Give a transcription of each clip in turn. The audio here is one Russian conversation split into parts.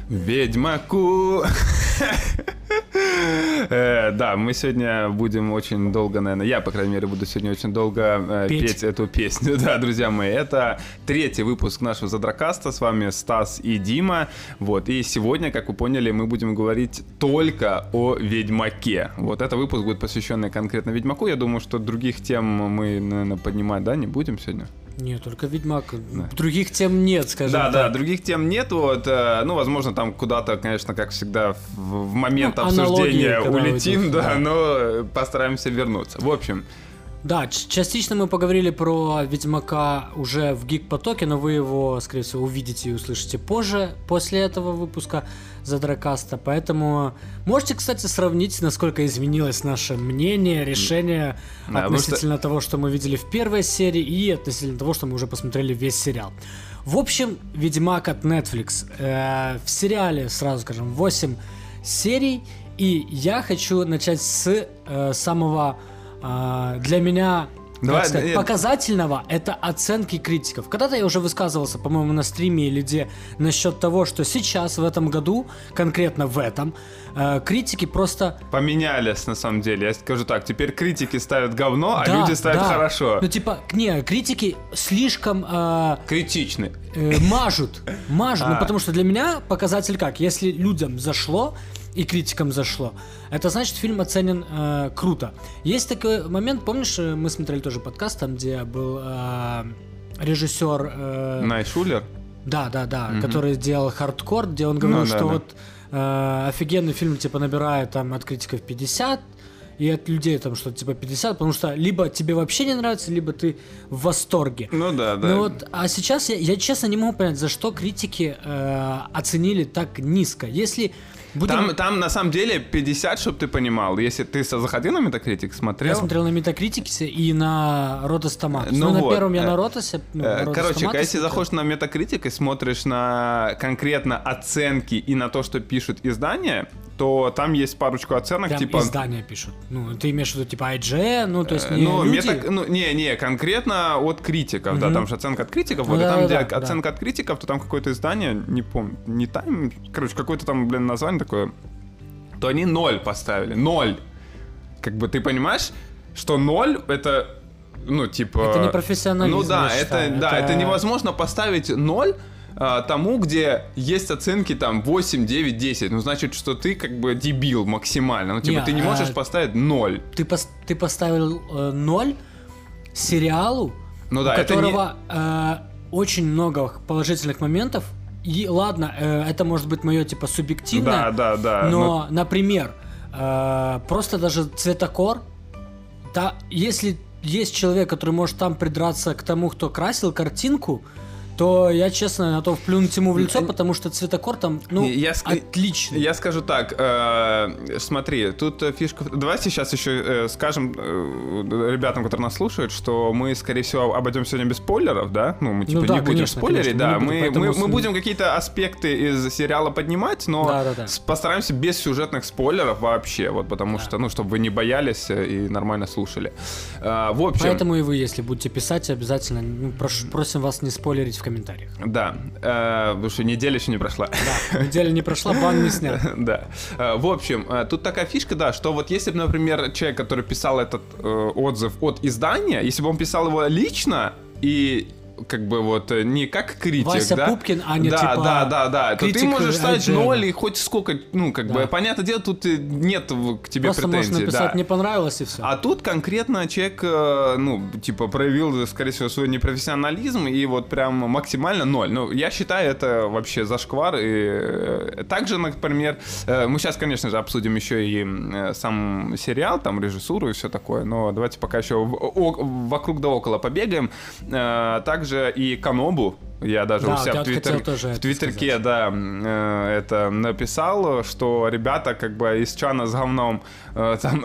Ведьмаку. Да, мы сегодня будем очень долго, наверное, я, по крайней мере, буду сегодня очень долго петь эту песню. Да, друзья мои, это 3-й выпуск нашего Задракаста. С вами Стас и Дима. Вот, и сегодня, как вы поняли, мы будем говорить только о Ведьмаке. Вот, это выпуск будет посвященный конкретно Ведьмаку. Я думаю, что других тем мы, наверное, поднимать, да, не будем сегодня? Нет, только Ведьмак. Да. Других тем нет, скажем так. Да, других тем нет. Вот, ну, возможно, там куда-то, конечно, как всегда, в момент обсуждения улетим, да, но постараемся вернуться. В общем... Да, частично мы поговорили про Ведьмака уже в Гик-потоке, но вы его, скорее всего, увидите и услышите позже, после этого выпуска Задракаста. Поэтому можете, кстати, сравнить, насколько изменилось наше мнение, решение относительно того, что мы видели в первой серии, и относительно того, что мы уже посмотрели весь сериал. В общем, Ведьмак от Netflix. В сериале, сразу скажем, 8 серий, и я хочу начать с самого... для меня показательного — это оценки критиков. Когда-то я уже высказывался, по-моему, на стриме или где, насчет того, что сейчас, в этом году, конкретно в этом, критики просто... Поменялись, на самом деле. Я скажу так, теперь критики ставят говно, а люди ставят хорошо. Ну, типа, не, критики слишком... критичны. Мажут. Ну, потому что для меня показатель как? Если людям зашло, и критикам зашло, это значит, фильм оценен круто. Есть такой момент, помнишь, мы смотрели тоже подкаст, там, где был режиссер... Найт Шулер? Да, который делал «Хардкор», где он говорил, вот офигенный фильм, типа, набирает там от критиков 50, и от людей там что-то типа 50, потому что либо тебе вообще не нравится, либо ты в восторге. Ну да. Ну, вот, а сейчас я честно не могу понять, за что критики оценили так низко. Если... Там на самом деле 50, чтобы ты понимал. Если ты заходил на Metacritic, смотрел? Я смотрел на Metacritic и на Rotten Tomatoes. Ну, на первом я на Rotten. Короче, если заходишь на Metacritic и смотришь на конкретно оценки и на то, что пишут издания, то там есть парочку оценок, прям типа... издания пишут. Ну, ты имеешь в виду, типа, IGN, ну, то есть не люди... Не, конкретно от критиков, да, там же оценка от критиков, вот, и там, где оценка от критиков, то там какое-то издание, не помню, не Time, короче, какое-то там, название такое, то они 0 поставили, 0. Как бы ты понимаешь, что 0 это, ну, типа... Это не профессионализм, ну, да, это невозможно поставить 0 тому, где есть оценки там 8, 9, 10. Ну, значит, что ты как бы дебил максимально. Ну, типа, ты не можешь поставить 0. Ты поставил 0 сериалу, ну, да, у которого очень много положительных моментов. И ладно, это может быть мое, типа, субъективное. Да. Но, например, просто даже цветокор, да, если есть человек, который может там придраться к тому, кто красил картинку, то я, честно, готов плюнуть ему в лицо, потому что цветокор там, отличный. Я скажу так, смотри, тут фишка... Давай сейчас еще скажем ребятам, которые нас слушают, что мы, скорее всего, обойдем сегодня без спойлеров, да? Ну, мы типа не будем спойлерить, да. Мы будем какие-то аспекты из сериала поднимать, но постараемся без сюжетных спойлеров вообще, вот, потому что, ну, чтобы вы не боялись и нормально слушали. В общем... Поэтому и вы, если будете писать, обязательно просим вас не спойлерить в комментариях. Да, потому что неделя еще не прошла. Да, неделя не прошла, бан не снят. Да. В общем, тут такая фишка, да, что вот если бы, например, человек, который писал этот отзыв от издания, если бы он писал его лично и как бы вот не как критик, Вася Пупкин, а не типа... Да, то ты можешь ставить 0 и хоть сколько, ну, как бы, понятное дело, тут нет к тебе просто претензий. Просто можно написать, не понравилось и все. А тут конкретно человек, ну, типа, проявил, скорее всего, свой непрофессионализм и вот прям максимально 0. Ну, я считаю, это вообще зашквар. И также, например, мы сейчас, конечно же, обсудим еще и сам сериал, там, режиссуру и все такое, но давайте пока еще вокруг да около побегаем. Также и Канобу. Я даже у себя в Твиттерке, да, это написал, что ребята как бы из чана с говном там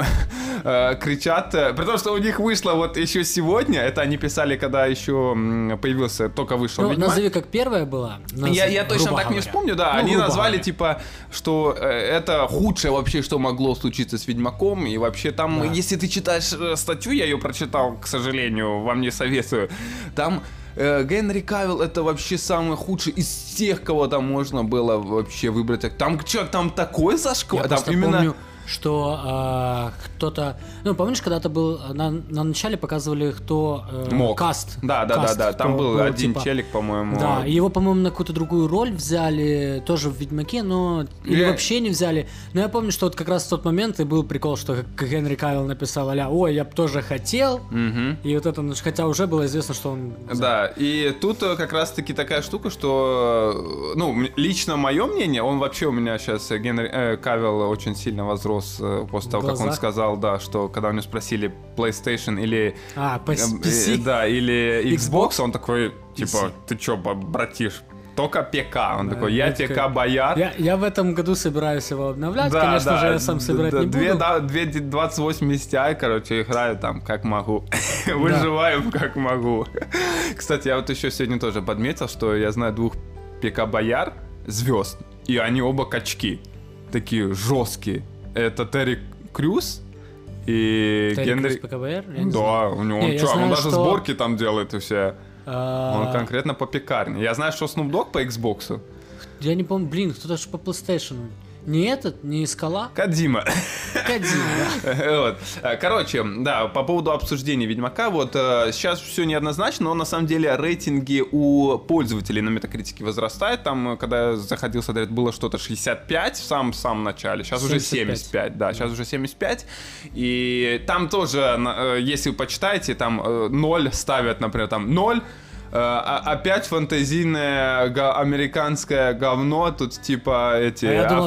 кричат, при том, что у них вышло вот еще сегодня, это они писали, когда еще появился, только вышел Ведьмак. Назови, как первая была. Я точно так не вспомню, да, они назвали типа, что это худшее вообще, что могло случиться с Ведьмаком, и вообще там, если ты читаешь статью, я ее прочитал, к сожалению, вам не советую, там Генри Кавилл это вообще самый худший из всех, кого там можно было вообще выбрать. Там что, там такой зашквар? Я Там просто именно... помню, что кто-то... Ну, помнишь, когда-то был... На начале показывали, кто... Мог. Каст. Да. Там был один челик, по-моему. Да, и его, по-моему, на какую-то другую роль взяли, тоже в «Ведьмаке», но... Или вообще не взяли. Но я помню, что вот как раз в тот момент и был прикол, что Генри Кавилл написал а-ля «Ой, я бы тоже хотел». И вот это... Хотя уже было известно, что он... Да, и тут как раз-таки такая штука, что... Ну, лично мое мнение, он вообще у меня сейчас, Генри Кавилл, очень сильно возрос после того, как он сказал, да, что когда у него спросили PlayStation или... PC. Да, или Xbox, он такой, типа, ты чё, братиш, только ПК. Он такой, я ПК-бояр. Я в этом году собираюсь его обновлять, конечно же, я сам собирать не буду. 28 MSTI, короче, играю там как могу. Выживаю как могу. Кстати, я вот еще сегодня тоже подметил, что я знаю 2 ПК-бояр, звезд, и они оба качки. Такие жесткие. Это Терри Крюс и Генри... ПКБР? Да, у него он даже сборки там делает и все. Он конкретно по пекарне. Я знаю, что Snoop Dogg по Xbox. Я не помню, блин, кто-то же по PlayStation. Не этот, не Скала? Кодзима. Да. Вот. Короче, да, по поводу обсуждения Ведьмака, вот сейчас все неоднозначно, но на самом деле рейтинги у пользователей на Метакритике возрастают. Там, когда я заходил смотреть, было что-то 65 в самом начале, сейчас 75. Уже 75, да, сейчас уже 75. И там тоже, если вы почитаете, там 0 ставят, например, там 0. Опять фантазийное американское говно, тут типа эти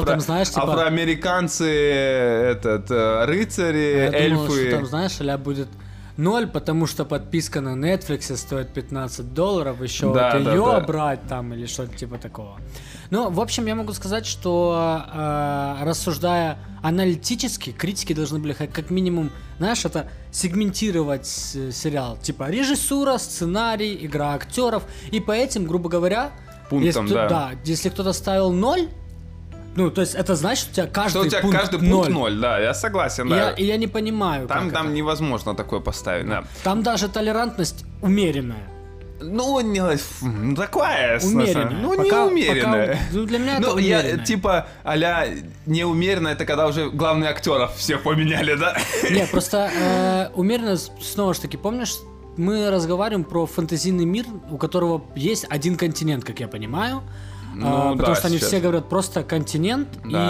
афроамериканцы, рыцари, эльфы. Думал, что там, знаешь, будет 0, потому что подписка на Netflix стоит $15, еще ее брать там или что-то типа такого. Ну, в общем, я могу сказать, что рассуждая аналитически, критики должны были как минимум, знаешь, это сегментировать сериал. Типа режиссура, сценарий, игра актеров. И по этим, грубо говоря, пунктам, если кто-то ставил 0, ну, то есть это значит, что у тебя каждый пункт 0, да, я согласен, да. И я не понимаю, там невозможно такое поставить, да. Там даже толерантность умеренная. Ну, такая, умеренная. Ну, не умеренная. Для меня это умеренная. Типа, а-ля неумеренно, это когда уже главных актеров всех поменяли, да? Не, просто умеренно, снова же таки, помнишь, мы разговариваем про фэнтезийный мир, у которого есть один континент, как я понимаю. Потому что они все говорят просто континент.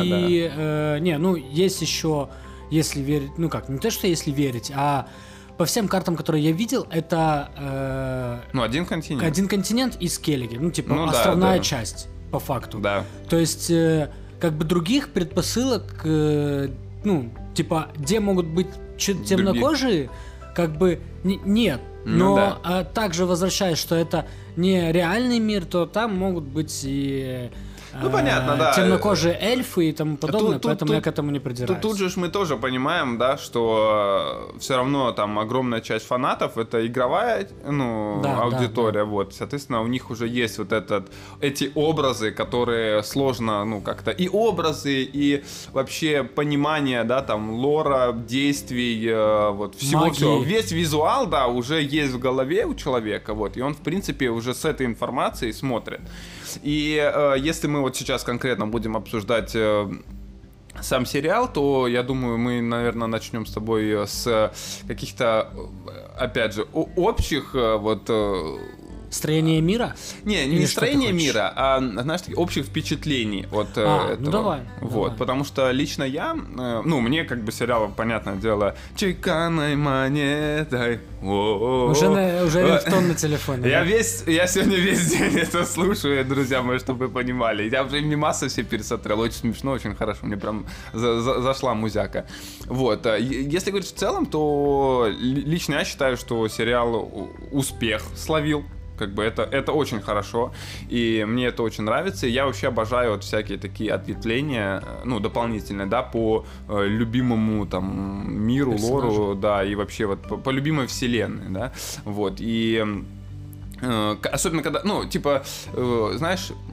Есть еще, если верить, ну как, не то, что если верить, а по всем картам, которые я видел, это... один континент. Один континент и Скеллиги. Ну, типа, островная часть, по факту. Да. То есть, как бы других предпосылок, типа, где могут быть темнокожие, как бы нет. Но также возвращаясь, что это не реальный мир, то там могут быть и... понятно, да. Темнокожие эльфы и тому подобное, поэтому я к этому не придираюсь. Тут же мы тоже понимаем, да, что все равно там огромная часть фанатов это игровая, аудитория, вот, соответственно, у них уже есть вот эти образы, которые сложно, как-то и образы, и вообще понимание, да, там лора, действий, вот всего. Весь визуал, да, уже есть в голове у человека, вот, и он в принципе уже с этой информацией смотрит. И если мы вот сейчас конкретно будем обсуждать сам сериал, то я думаю, мы, наверное, начнем с тобой с каких-то, опять же, общих вот... Строение мира? Не строение мира, а, знаешь, общих впечатлений от этого. Ну давай. Потому что лично я, мне как бы сериал, понятное дело, чеканной монетой. Уже рингтон на телефоне. Я сегодня весь день это слушаю, друзья мои, чтобы вы понимали. Я уже мемасы все пересмотрел, очень смешно, очень хорошо, мне прям зашла музяка. Вот, если говорить в целом, то лично я считаю, что сериал успех словил. Как бы это очень хорошо, и мне это очень нравится. И я вообще обожаю вот всякие такие ответвления, дополнительные, да, по любимому там миру, лору, да, и вообще вот по любимой вселенной, да, вот, и особенно когда, знаешь,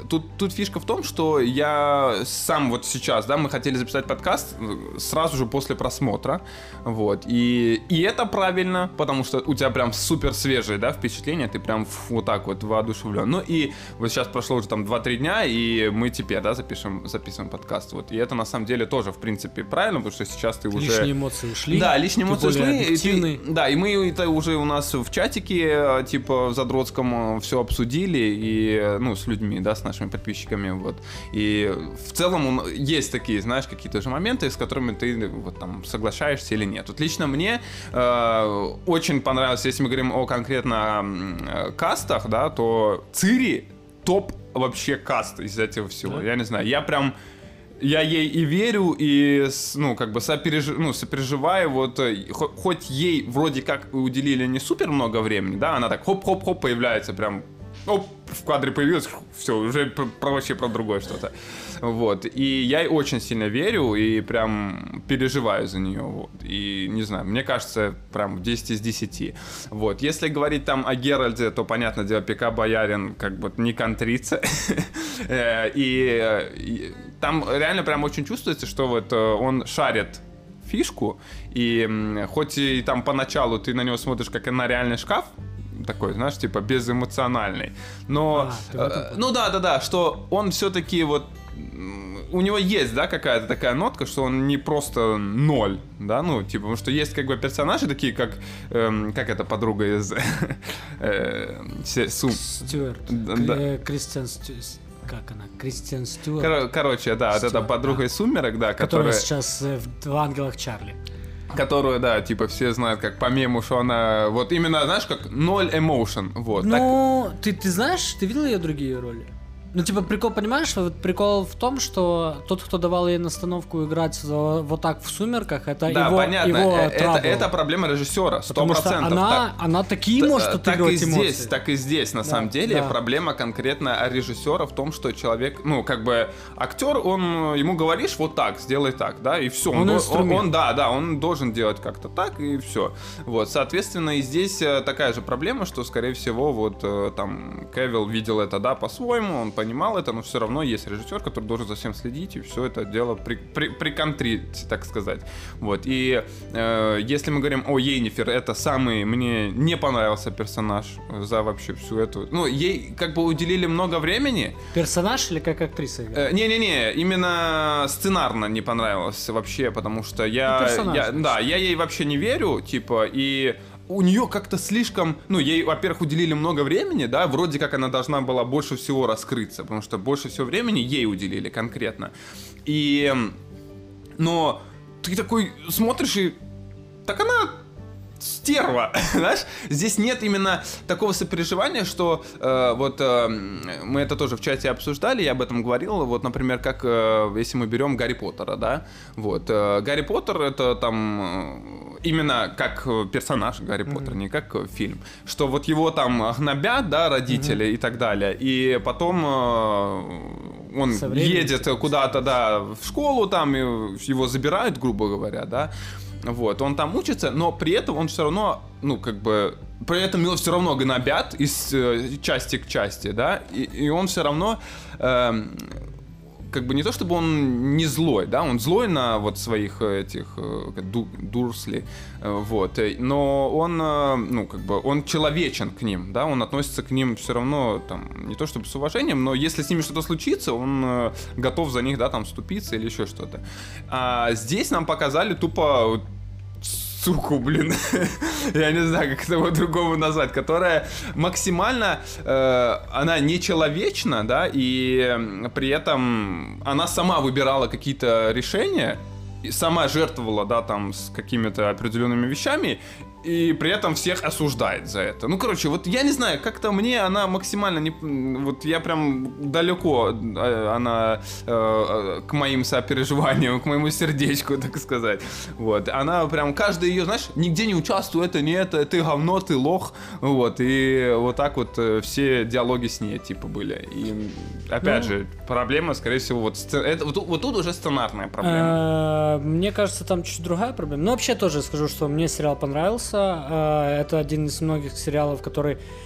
тут фишка в том, что я сам вот сейчас, да, мы хотели записать подкаст сразу же после просмотра, вот, и это правильно, потому что у тебя прям супер свежие, да, впечатления, ты прям вот так вот воодушевлен. Ну и вот сейчас прошло уже там 2-3 дня, и мы теперь, да, записываем подкаст, вот, и это на самом деле тоже, в принципе, правильно, потому что сейчас ты уже... Лишние эмоции ушли. Да, лишние эмоции ушли. Да, и мы это уже у нас в чатике, типа, в Задротском все обсудили, и, ну, с людьми, да, с нашими подписчиками, вот. И в целом есть такие, знаешь, какие-то же моменты, с которыми ты вот там соглашаешься или нет. Вот лично мне очень понравилось, если мы говорим о конкретно кастах, да, то Цири топ вообще каст из этого всего. Да? Я не знаю, я ей и верю, и, ну, как бы сопереживаю, вот, хоть ей вроде как уделили не супер много времени, да, она так хоп-хоп-хоп появляется, прям, оп, в кадре появилась, все, уже вообще про другое что-то, вот, и я ей очень сильно верю, и прям переживаю за нее, вот, и, не знаю, мне кажется, прям 10 из 10, вот, если говорить там о Геральде, то, понятное дело, ПК Боярин, как бы, не контрится, и там реально прям очень чувствуется, что вот он шарит фишку, и хоть и там поначалу ты на него смотришь как на реальный шкаф, такой, знаешь, типа безэмоциональный, но, ну да, что он все-таки вот, у него есть, да, какая-то такая нотка, что он не просто ноль, да, ну, типа, потому что есть как бы персонажи такие, как эта подруга из Стюарт, Кристиан Стюарт. Как она? Кристиан Стюарт. Короче, да, вот эта подруга из «Сумерек», да, которая сейчас в «Ангелах Чарли». Которую, да, типа, все знают, как по мему, что она, вот именно, знаешь, как ноль emotion, вот. Ну, так... ты знаешь, ты видел ее другие роли? Ну, типа, прикол, понимаешь, вот прикол в том, что тот, кто давал ей настановку играть вот так в «Сумерках», это да, его, понятно. Его это проблема режиссера, 100%. Потому что она такие может отыгрывать эмоции. Так и здесь, на самом деле, проблема конкретно режиссера в том, что человек, ну, как бы, актер, ему говоришь вот так, сделай так, да, и все. Он должен делать как-то так, и все. Вот, соответственно, и здесь такая же проблема, что, скорее всего, вот, там, Кевилл видел это, да, по-своему, он понимал это, но все равно есть режиссер, который должен за всем следить и все это дело приконтрить, так сказать. Вот. И если мы говорим о Йеннифер, это самый мне не понравился персонаж за вообще всю эту... Ну, ей как бы уделили много времени. Персонаж или как актриса? Не-не-не, именно сценарно не понравилось вообще, потому что я ей вообще не верю, типа, и... У нее как-то слишком... Ну, ей, во-первых, уделили много времени, да, вроде как она должна была больше всего раскрыться, потому что больше всего времени ей уделили конкретно. И... Но ты такой смотришь и... Так она... стерва, знаешь? Здесь нет именно такого сопереживания, что мы это тоже в чате обсуждали, я об этом говорил, вот, например, как если мы берем Гарри Поттера, да, вот, Гарри Поттер это там именно как персонаж Гарри Поттер, не как фильм, что вот его там гнобят, да, родители и так далее, и потом он едет куда-то, да, в школу, там его забирают, грубо говоря, да. Вот, он там учится, но при этом он все равно, ну, как бы, при этом его все равно гнобят из части к части, да, и он все равно, как бы, не то чтобы он не злой, да, он злой на вот своих этих Дурсли, вот, но он, ну, как бы, он человечен к ним, да, он относится к ним все равно, там, не то чтобы с уважением, но если с ними что-то случится, он готов за них, да, там, вступиться или еще что-то. А здесь нам показали тупо суку, блин, я не знаю, как это по-другому назвать, которая максимально, она нечеловечна, да, и при этом она сама выбирала какие-то решения, и сама жертвовала, да, там, с какими-то определенными вещами, и при этом всех осуждает за это. Ну, короче, вот я не знаю, как-то мне она максимально не... Вот я прям далеко она к моим сопереживаниям, к моему сердечку, так сказать. Вот. Она прям, каждый ее, знаешь, нигде не участвует, это не это, ты говно, ты лох. Вот. И вот так вот все диалоги с ней, типа, были. И, опять же, проблема, скорее всего, вот тут уже сценарная проблема. Мне кажется, там чуть другая проблема. Но вообще тоже скажу, что мне сериал понравился. Это один из многих сериалов, который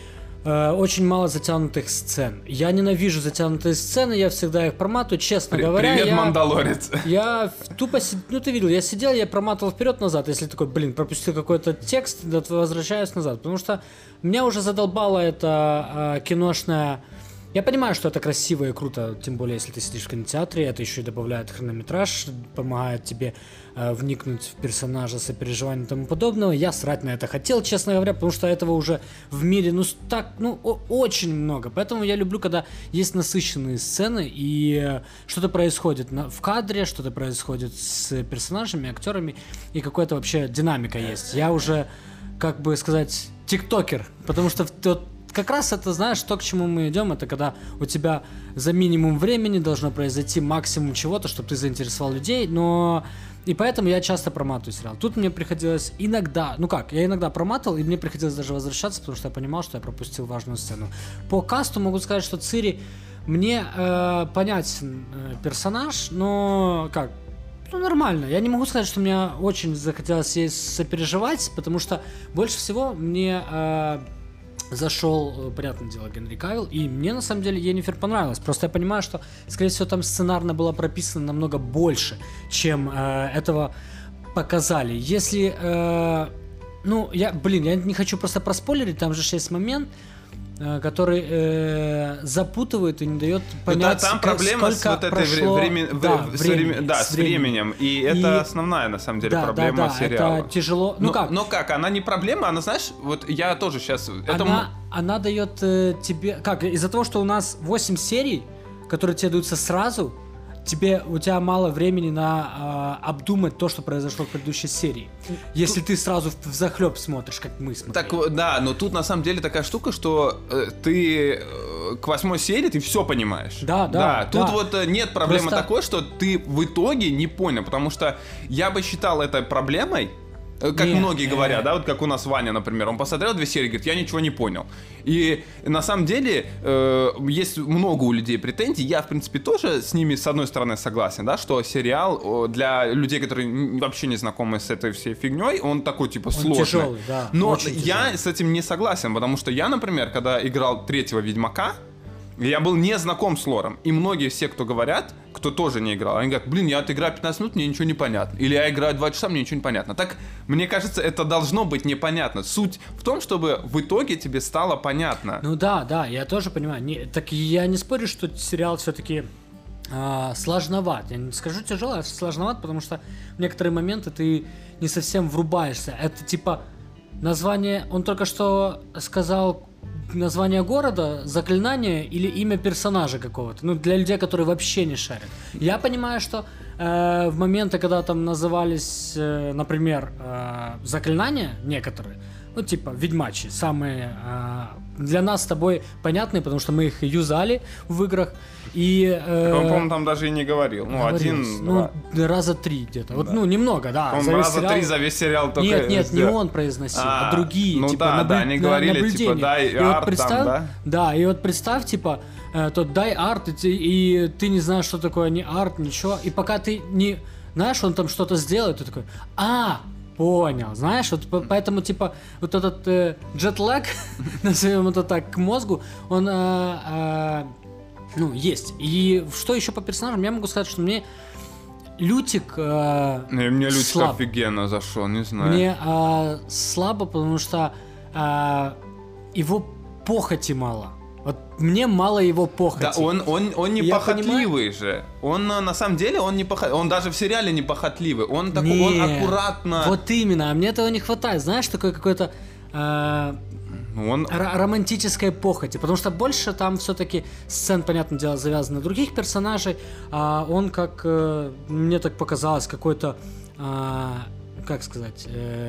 очень мало затянутых сцен. Я ненавижу затянутые сцены, я всегда их проматываю, честно говоря. Привет, Мандалорец. Я тупо, ну ты видел, я сидел, я проматывал вперед-назад, если такой, пропустил какой-то текст, да, возвращаюсь назад, потому что меня уже задолбало это киношное. Я понимаю, что это красиво и круто, тем более, если ты сидишь в кинотеатре, это еще и добавляет хронометраж, помогает тебе вникнуть в персонажа, сопереживание и тому подобного. Я срать на это хотел, честно говоря, потому что этого уже в мире, очень много. Поэтому я люблю, когда есть насыщенные сцены и что-то происходит в кадре, что-то происходит с персонажами, актерами, и какая-то вообще динамика есть. Я уже, как бы сказать, тиктокер, потому что как раз это, знаешь, то, к чему мы идем, это когда у тебя за минимум времени должно произойти максимум чего-то, чтобы ты заинтересовал людей, и поэтому я часто проматываю сериал. Тут мне приходилось иногда, я иногда проматывал, и мне приходилось даже возвращаться, потому что я понимал, что я пропустил важную сцену. По касту могу сказать, что Цири мне понятен персонаж, но нормально. Я не могу сказать, что мне очень захотелось ей сопереживать, потому что больше всего мне зашел, понятное дело, Генри Кавилл, и мне, на самом деле, Йеннифер понравилось. Просто я понимаю, что, скорее всего, там сценарно было прописано намного больше, чем этого показали. Если, я не хочу просто проспойлерить, там же есть момент, который запутывает и не дает понять, там проблема с вот этой временем, и это основная, на самом деле, проблема сериала. Это тяжело. Но как? Она не проблема, она, знаешь, вот я тоже сейчас... Она дает тебе... Из-за того, что у нас 8 серий, которые тебе даются сразу, у тебя мало времени на обдумать то, что произошло в предыдущей серии. Если ты сразу взахлеб смотришь, как мы смотрим. Так, да, но тут на самом деле такая штука, что ты к 8 серии ты все понимаешь. Да. Тут вот нет проблемы такой, что ты в итоге не понял, потому что я бы считал это проблемой, как многие говорят, да, вот как у нас Ваня, например, он посмотрел 2 серии, говорит, я ничего не понял. И на самом деле есть много у людей претензий, я, в принципе, тоже с ними, с одной стороны, согласен, да, что сериал для людей, которые вообще не знакомы с этой всей фигней, он такой, типа, сложный. Тяжелый, да. Но я с этим не согласен, потому что я, например, когда играл 3-го Ведьмака, я был не знаком с лором. И многие все, кто говорят, кто тоже не играл, они говорят, я отыграю 15 минут, мне ничего не понятно. Или я играю 2 часа, мне ничего не понятно. Так, мне кажется, это должно быть непонятно. Суть в том, чтобы в итоге тебе стало понятно. Да, я тоже понимаю. Так я не спорю, что сериал все-таки сложноват. Я не скажу тяжелый, а сложноват, потому что в некоторые моменты ты не совсем врубаешься. Это типа название, он только что сказал название города, заклинание или имя персонажа какого-то. Для людей, которые вообще не шарят. Я понимаю, что в моменты, когда там назывались, например, заклинания некоторые, ведьмачьи, самые для нас с тобой понятные, потому что мы их юзали в играх. И, он, по-моему, там даже и не говорил. Раза 3 где-то. Да. Немного, да. Он раза 3 за весь сериал только... Нет, не он произносил, а другие. Они говорили, дай арт там, да? Да, и вот представь, дай арт, и ты не знаешь, что такое ни арт, ничего. И пока ты не... Знаешь, он там что-то сделает, ты такой... Понял, знаешь, вот поэтому, вот этот джетлаг, назовем это так, к мозгу, он, есть. И что еще по персонажам, я могу сказать, что мне Лютик мне Лютик слаб. Офигенно зашел, не знаю. Мне слабо, потому что его похоти мало. Вот мне мало его похоти. Да, он не похотливый же. Он на самом деле он не похотливый. Он даже в сериале не похотливый. Он такой, он аккуратно. Вот именно, а мне этого не хватает. Знаешь, такой какой-то романтической похоти. Потому что больше там все-таки сцен, понятное дело, завязано на других персонажей. А он, как мне так показалось, какой-то, как сказать,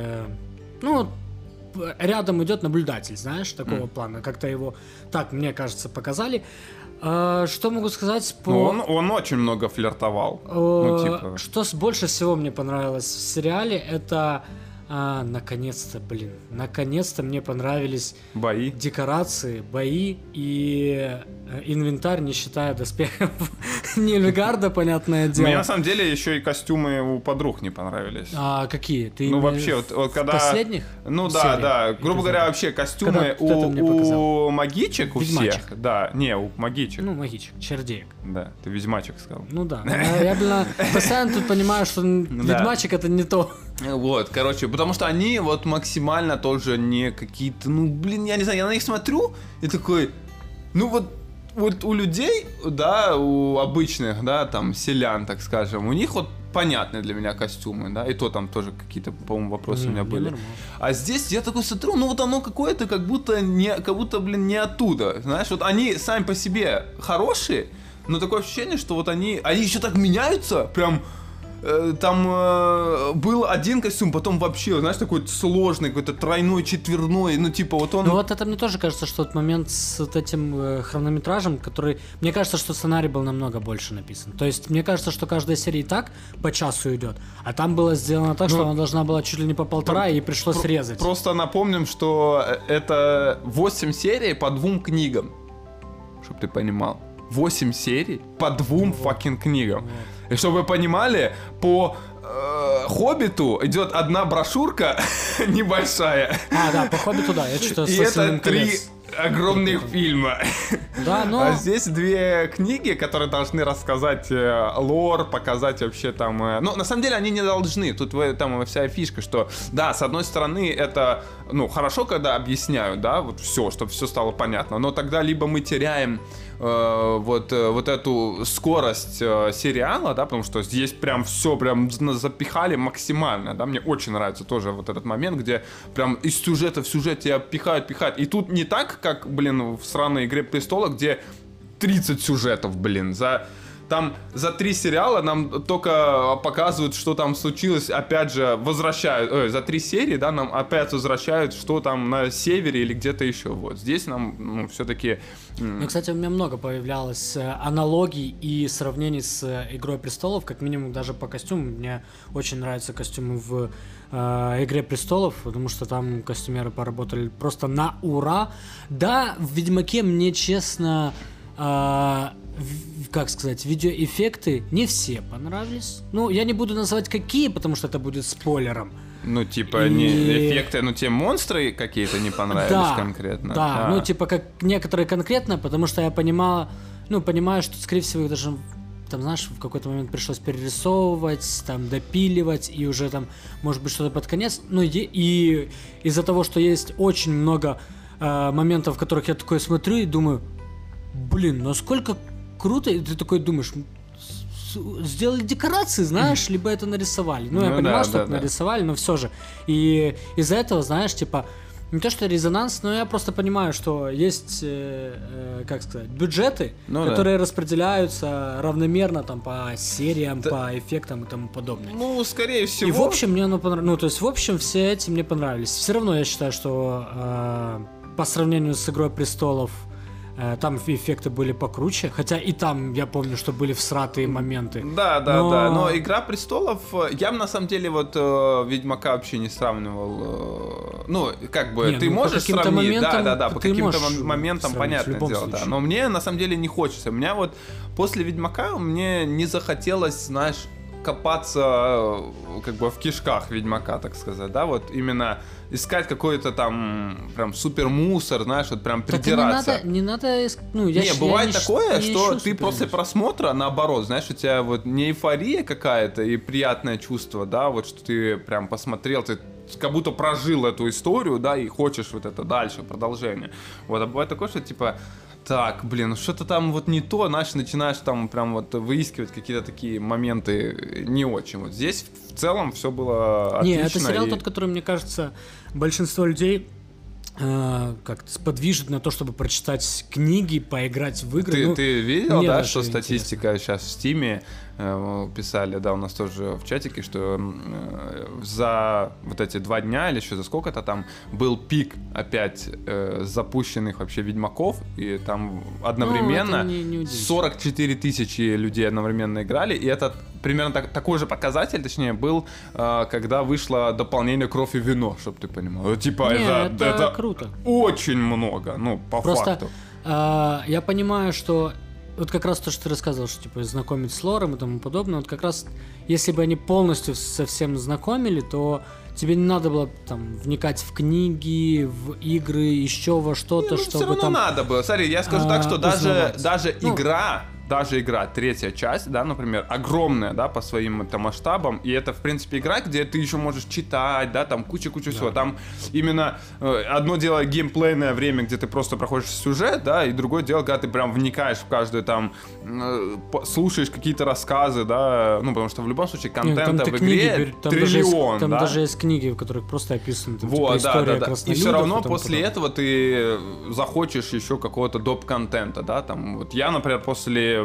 рядом идет наблюдатель, знаешь, такого плана. Как-то его, так, мне кажется, показали. Что могу сказать по... Он очень много флиртовал. Что больше всего мне понравилось в сериале, это наконец-то мне понравились Бои. декорации, бои и инвентарь, не считая доспехов Нильфгарда, понятное дело. Мне на самом деле еще и костюмы у подруг не понравились. А какие? Ты ну вообще, вот когда... последних? Ну да, грубо говоря, вообще костюмы у магичек, у всех. Да, не, у магичек. Ну, магичек, чердеек. Да, ты ведьмачек сказал. Ну да, я постоянно тут понимаю, что ведьмачек это не то. Вот, короче, потому что они вот максимально тоже не какие-то, ну, блин, я не знаю, я на них смотрю и такой, ну вот у людей, да, у обычных, да, там, селян, так скажем, у них вот понятные для меня костюмы, да, и то там тоже какие-то, по-моему, вопросы у меня были. А здесь я такой смотрю, ну вот оно какое-то как будто, блин, не оттуда, знаешь, вот они сами по себе хорошие, но такое ощущение, что вот они еще так меняются, прям... Там был один костюм, потом вообще, знаешь, такой сложный, какой-то тройной, четверной, ну типа вот он... Ну вот это мне тоже кажется, что тот момент с вот этим хронометражем, который... Мне кажется, что сценарий был намного больше написан. То есть мне кажется, что каждая серия и так по часу идет, а там было сделано так, что она должна была чуть ли не по 1,5, и пришлось резать. Просто напомним, что это 8 серий по 2 книгам, чтобы ты понимал. 8 серий по 2 fucking книгам. И чтобы вы понимали, по Хоббиту идет одна брошюрка небольшая. Да, по Хоббиту, да, я что-то и это 3 огромных фильма. Да, но... А здесь 2 книги, которые должны рассказать лор, показать вообще там... Ну, на самом деле, они не должны. Тут там вся фишка, что, да, с одной стороны, это, ну, хорошо, когда объясняют, да, вот все, чтобы все стало понятно. Но тогда либо мы теряем вот эту скорость сериала, да, потому что здесь прям все прям запихали максимально, да, мне очень нравится тоже вот этот момент, где прям из сюжета в сюжет тебя пихают. И тут не так, как, блин, в сраной «Игре престолов», где 30 сюжетов, блин, Там за 3 сериала нам только показывают, что там случилось, опять же, за 3 серии, да, нам опять возвращают, что там на севере или где-то еще, вот. Здесь нам, ну, все-таки... Ну, кстати, у меня много появлялось аналогий и сравнений с «Игрой престолов», как минимум даже по костюмам. Мне очень нравятся костюмы в «Игре престолов», потому что там костюмеры поработали просто на ура. Да, в «Ведьмаке» мне, честно... как сказать, видеоэффекты не все понравились. Ну, я не буду называть какие, потому что это будет спойлером. Ну, типа, не эффекты, но те монстры какие-то не понравились конкретно. Да, ну, типа, как некоторые конкретно, потому что я понимаю, что, скорее всего, их даже, там, знаешь, в какой-то момент пришлось перерисовывать, там, допиливать, и уже там, может быть, что-то под конец. Ну, и из-за того, что есть очень много моментов, в которых я такой смотрю и думаю, блин, насколько круто, и ты такой думаешь, сделали декорации, знаешь, либо это нарисовали. Ну, я понимал, что это нарисовали, но все же. И из-за этого, знаешь, типа, не то что резонанс, но я просто понимаю, что есть, как сказать, бюджеты, которые распределяются равномерно там по сериям, по эффектам и тому подобное. Ну, скорее всего. И в общем мне оно понравилось. Ну, то есть в общем все эти мне понравились. Все равно я считаю, что по сравнению с «Игрой престолов» там эффекты были покруче, хотя и там я помню, что были всратые моменты. Да, но «Игра престолов», я бы на самом деле вот «Ведьмака» вообще не сравнивал. Ну, как бы, ты можешь сравнить, да, по каким-то моментам, понятное дело, да. Но мне на самом деле не хочется. У меня вот после «Ведьмака» мне не захотелось, знаешь, копаться как бы в кишках Ведьмака, так сказать, да, вот именно искать какой-то там прям супер мусор, знаешь, вот прям придираться. Не надо, ну, бывает такое, что ты после просмотра, наоборот, знаешь, у тебя вот не эйфория какая-то и приятное чувство, да, вот что ты прям посмотрел, ты как будто прожил эту историю, да, и хочешь вот это дальше, продолжение. Вот, а бывает такое, что типа так, блин, что-то там вот не то, знаешь, начинаешь там прям вот выискивать какие-то такие моменты не очень. Вот здесь в целом все было отлично. Не, это сериал тот, который, мне кажется, большинство людей как-то сподвижет на то, чтобы прочитать книги, поиграть в игры. Ты видел, да, что статистика сейчас в Стиме писали, да, у нас тоже в чатике, что за вот эти 2 дня или еще за сколько-то там был пик опять запущенных вообще Ведьмаков, и там одновременно не 44 тысячи людей одновременно играли, и это примерно такой же показатель, точнее, был, когда вышло дополнение «Кровь и вино», чтобы ты понимал. Типа, это круто. Очень много, ну, по факту. Я понимаю, что вот как раз то, что ты рассказывал, что типа знакомить с лором и тому подобное, вот как раз если бы они полностью совсем знакомили, то тебе не надо было там вникать в книги, в игры, еще во что-то, чтобы все равно там... надо было. Смотри, я скажу так, что даже игра, 3-я часть, да, например, огромная, да, по своим там масштабам, и это, в принципе, игра, где ты еще можешь читать, да, там куча всего. Там именно одно дело геймплейное время, где ты просто проходишь сюжет, да, и другое дело, когда ты прям вникаешь в каждую там, слушаешь какие-то рассказы, да, ну, потому что в любом случае контента в игре триллион, там да. даже есть книги, в которых просто описаны там, вот, типа, история да. краснолюдов. И все равно после этого ты захочешь еще какого-то доп-контента, да, там, вот я, например, после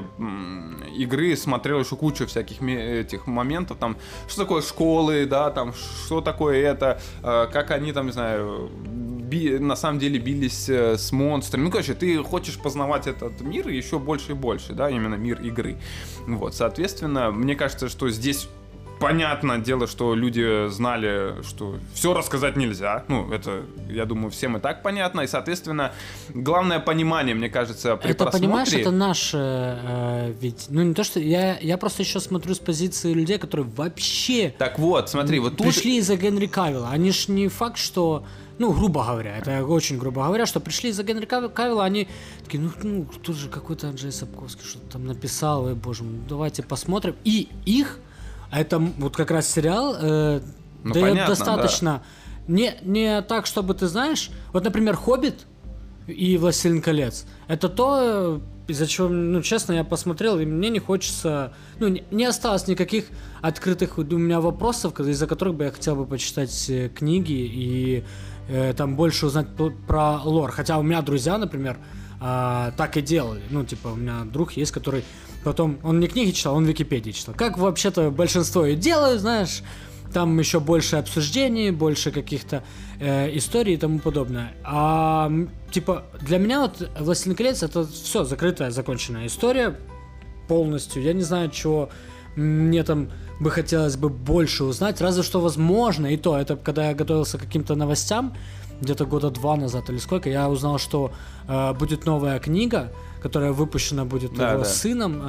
игры смотрел еще кучу всяких этих моментов, там, что такое школы, да, там, что такое это, как они там, не знаю, на самом деле бились с монстрами. Ну, короче, ты хочешь познавать этот мир еще больше и больше, да, именно мир игры. Вот, соответственно, мне кажется, что здесь понятное дело, что люди знали, что все рассказать нельзя. Ну, это, я думаю, всем и так понятно. И, соответственно, главное понимание, мне кажется, при это, просмотре... понимаешь, это наше... ведь, ну, не то, что... Я просто еще смотрю с позиции людей, которые вообще... Так вот, смотри, вот тут... Пришли из-за Генри Кавилла. Они ж не факт, что... Ну, грубо говоря, это очень грубо говоря, что пришли из-за Генри Кавилла, они такие, ну, тут же какой-то Анджей Сапковский что-то там написал, ой, боже мой, давайте посмотрим. И их... Это вот как раз сериал дает понятно, достаточно... Да. Не так, чтобы ты знаешь... Вот, например, «Хоббит» и «Властелин колец» — это то, из-за чего, ну, честно, я посмотрел, и мне не хочется... Ну, не осталось никаких открытых у меня вопросов, из-за которых бы я хотел бы почитать книги и там больше узнать про лор. Хотя у меня друзья, например, так и делали. Ну, типа, у меня друг есть, который... Потом, он не книги читал, он Википедии читал. Как вообще-то большинство и делают, знаешь, там еще больше обсуждений, больше каких-то историй и тому подобное. А, типа, для меня вот «Властелин колец» — это все, закрытая, законченная история полностью. Я не знаю, чего мне там бы хотелось бы больше узнать, разве что возможно, и то, это когда я готовился к каким-то новостям, где-то года 2 назад или сколько, я узнал, что будет новая книга, которая выпущена будет его сыном,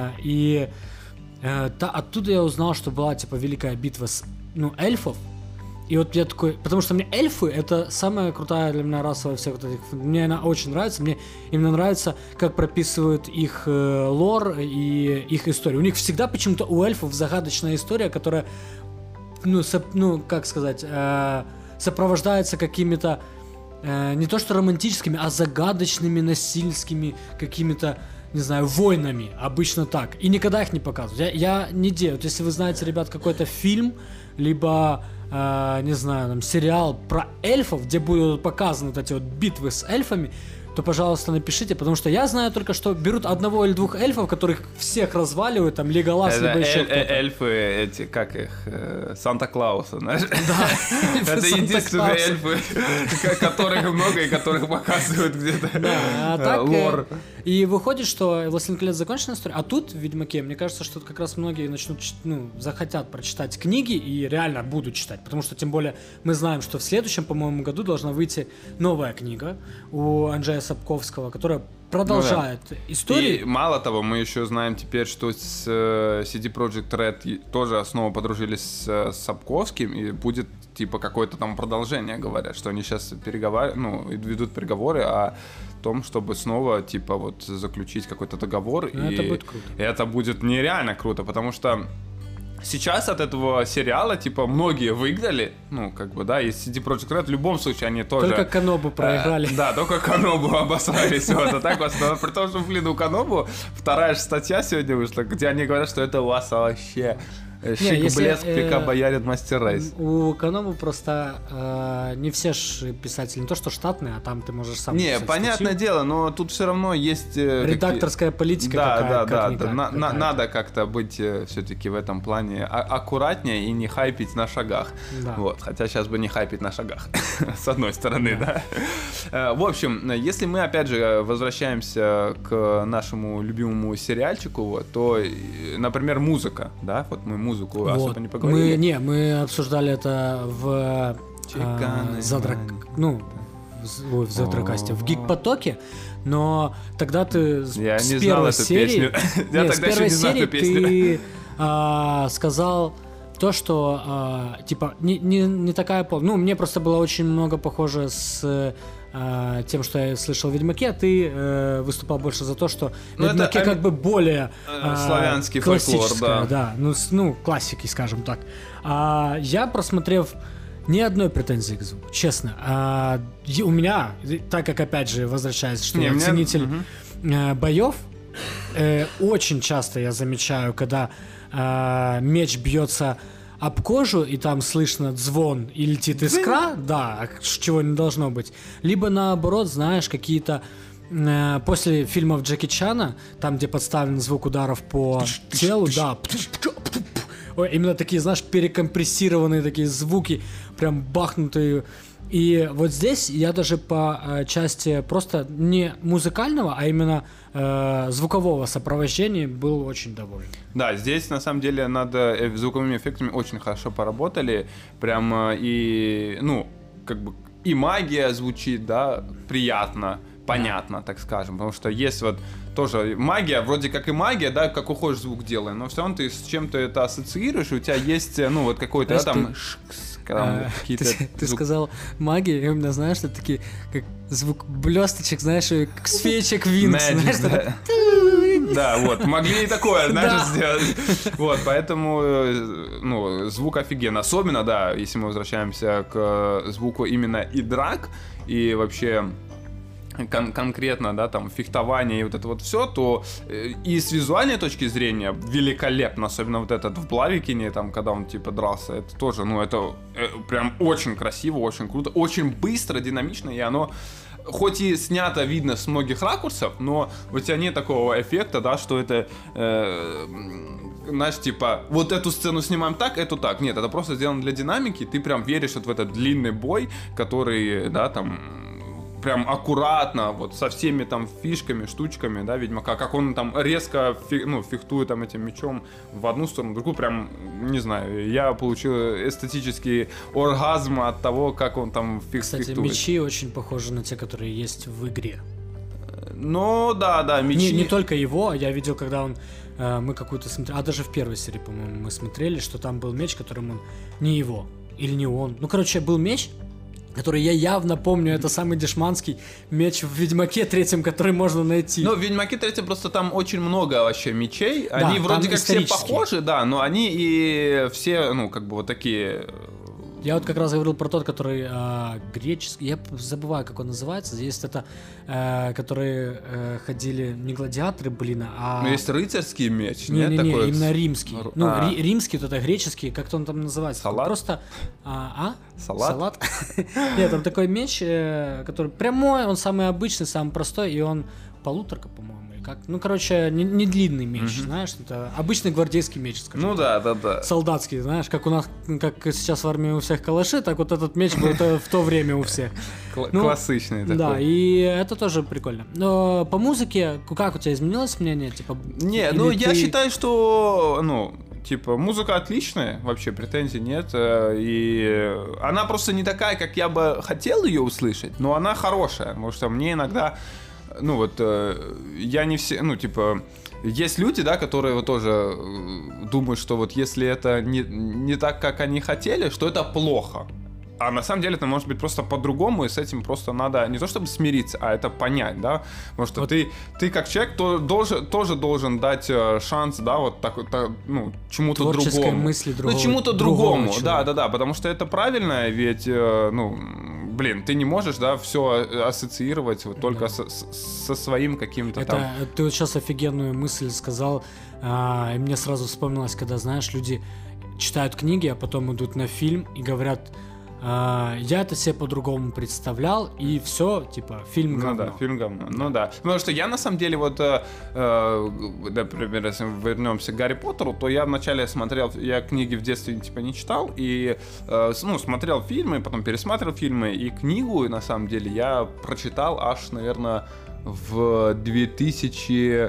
и оттуда я узнал, что была типа великая битва эльфов, и вот я такой, потому что мне эльфы — это самая крутая для меня раса во всех вот этих, мне она очень нравится, мне именно нравится, как прописывают их лор и их историю. У них всегда почему-то у эльфов загадочная история, которая, как сказать, сопровождается какими-то не то что романтическими, а загадочными, насильскими какими-то, не знаю, войнами. Обычно так. И никогда их не показывают. Я не делаю. Вот если вы знаете, ребят, какой-то фильм, либо, не знаю, там, сериал про эльфов, где будут показаны вот эти вот битвы с эльфами, то, пожалуйста, напишите, потому что я знаю только, что берут одного или двух эльфов, которых всех разваливают, там, Леголас, либо еще кто-то. Эльфы эти, как их, Санта-Клауса, знаешь? Да. Это единственные эльфы, которых много и которых показывают где-то лор. И выходит, что «Властелин колец» законченная история, а тут, в «Ведьмаке», мне кажется, что как раз многие начнут, захотят прочитать книги и реально будут читать, потому что, тем более, мы знаем, что в следующем, по-моему, году должна выйти новая книга у Анджея Сапковского, которая продолжает историю. И мало того, мы еще знаем теперь, что с CD Projekt Red тоже снова подружились с Сапковским, и будет типа какое-то там продолжение, говорят, что они сейчас ведут переговоры о том, чтобы снова типа вот заключить какой-то договор. И это будет круто. Это будет нереально круто, потому что сейчас от этого сериала, типа, многие выиграли, и CD Projekt Red в любом случае они тоже... Только Канобу проиграли. Да, только Канобу обосрались. Вот, так вот, при том, что, у Канобу вторая же статья сегодня вышла, где они говорят, что это у вас вообще Шик, блеск, пика, боярин, мастер рейс. У Канобу просто не все ж писатели, не то что штатные, а там ты можешь сам Не, писать понятное статью. дело, но тут все равно есть... Редакторская политика Да. Надо как-то быть все-таки в этом плане аккуратнее и не хайпить на шагах. Да. Вот, хотя сейчас бы не хайпить на шагах, с одной стороны, да. В общем, если мы опять же возвращаемся к нашему любимому сериальчику, вот, то, например, музыка, да, вот мы музыку особо не поговорили. Мы обсуждали это в в Задракасте, в Гик-потоке, но тогда ты я с не первой знал серии, эту песню. Я тогда еще не знал эту песню. ты сказал то, что типа не такая мне просто было очень много похоже с тем, что я слышал в Ведьмаке, а ты выступал больше за то, что в Ведьмаке как бы более славянский фольклор, да, классики, скажем так. Я, просмотрев, ни одной претензии к звуку, честно. У меня, так как, опять же, возвращаясь, что я ценитель боев, очень часто я замечаю, когда меч бьется об кожу, и там слышно звон и летит искра, да, чего не должно быть. Либо наоборот, знаешь, какие-то после фильмов Джеки Чана, там, где подставлен звук ударов по телу, да, именно такие, знаешь, перекомпрессированные такие звуки, прям бахнутые. И вот здесь я даже по части просто не музыкального, а именно звукового сопровождения был очень доволен. Да, здесь на самом деле над звуковыми эффектами очень хорошо поработали. Прям и, и магия звучит, да, приятно, понятно, так скажем. Потому что есть вот тоже магия, вроде как и магия, да, как хочешь звук делай, но все равно ты с чем-то это ассоциируешь, и у тебя есть, вот какой-то, ты сказал магия, и у меня, знаешь, что такие, как звук блесточек, знаешь, как свечек Винкс, знаешь, что-то... Да, вот, могли и такое, знаешь, сделать. Вот, поэтому, звук офигенно. Особенно, да, если мы возвращаемся к звуку именно и драк, и вообще... конкретно, да, там, фехтование и вот это вот все, то и с визуальной точки зрения великолепно, особенно вот этот в Блавикине, там, когда он, типа, дрался, это тоже, это прям очень красиво, очень круто, очень быстро, динамично, и оно, хоть и снято, видно с многих ракурсов, но у тебя нет такого эффекта, да, что это... знаешь, типа, вот эту сцену снимаем так, эту так. Нет, это просто сделано для динамики, ты прям веришь вот в этот длинный бой, который, да, там... прям аккуратно, вот со всеми там фишками, штучками, да, Ведьмака, как он там резко фехтует там этим мечом в одну сторону, в другую, прям, не знаю, я получил эстетический оргазм от того, как он там фехтует. Кстати, мечи очень похожи на те, которые есть в игре. Ну, да, мечи... Не только его, я видел, когда он... мы какую-то смотрели... даже в первой серии, по-моему, мы смотрели, что там был меч, которым он... Не его. Или не он. Был меч, который я явно помню, это самый дешманский меч в Ведьмаке 3, который можно найти. Ну, в Ведьмаке 3 просто там очень много вообще мечей. Да, они вроде как все похожи, да, но они и все, вот такие... Я вот как раз говорил про тот, который греческий, я забываю, как он называется. Есть это, которые ходили, не гладиаторы, а... Ну, есть рыцарский меч, нет? Не, именно римский. Римский, вот это греческий, как-то он там называется. Салат? Просто... Салат? Нет, там такой меч, который прямой, он самый обычный, самый простой, и он полуторка, по-моему. Не длинный меч, знаешь, это обычный гвардейский меч, скажем. Ну да. Солдатский, знаешь, как у нас, как сейчас в армии у всех калаши, так вот этот меч был в то время у всех. Классичный такой. Да, и это тоже прикольно. Но по музыке, как у тебя изменилось мнение? Я считаю, что, музыка отличная, вообще претензий нет, и она просто не такая, как я бы хотел ее услышать, но она хорошая, потому что мне иногда... я не все, есть люди, да, которые вот тоже думают, что вот если это не так, как они хотели, что это плохо. А на самом деле это может быть просто по-другому, и с этим просто надо не то чтобы смириться, а это понять, да, потому что ты как человек тоже должен дать шанс, да, вот так, чему-то творческой другому. Мысли другого, чему-то другому, да, потому что это правильно, ведь, ты не можешь, да, все ассоциировать вот только со своим каким-то там... Ты вот сейчас офигенную мысль сказал, и мне сразу вспомнилось, когда, знаешь, люди читают книги, а потом идут на фильм и говорят: я это себе по-другому представлял, и все, типа, фильм говно. Ну да, фильм говно. Ну да. Потому что я на самом деле вот, например, если вернемся к Гарри Поттеру, то я вначале смотрел, я книги в детстве типа не читал, и смотрел фильмы, потом пересматривал фильмы, и книгу на самом деле я прочитал аж, наверное, в 2000...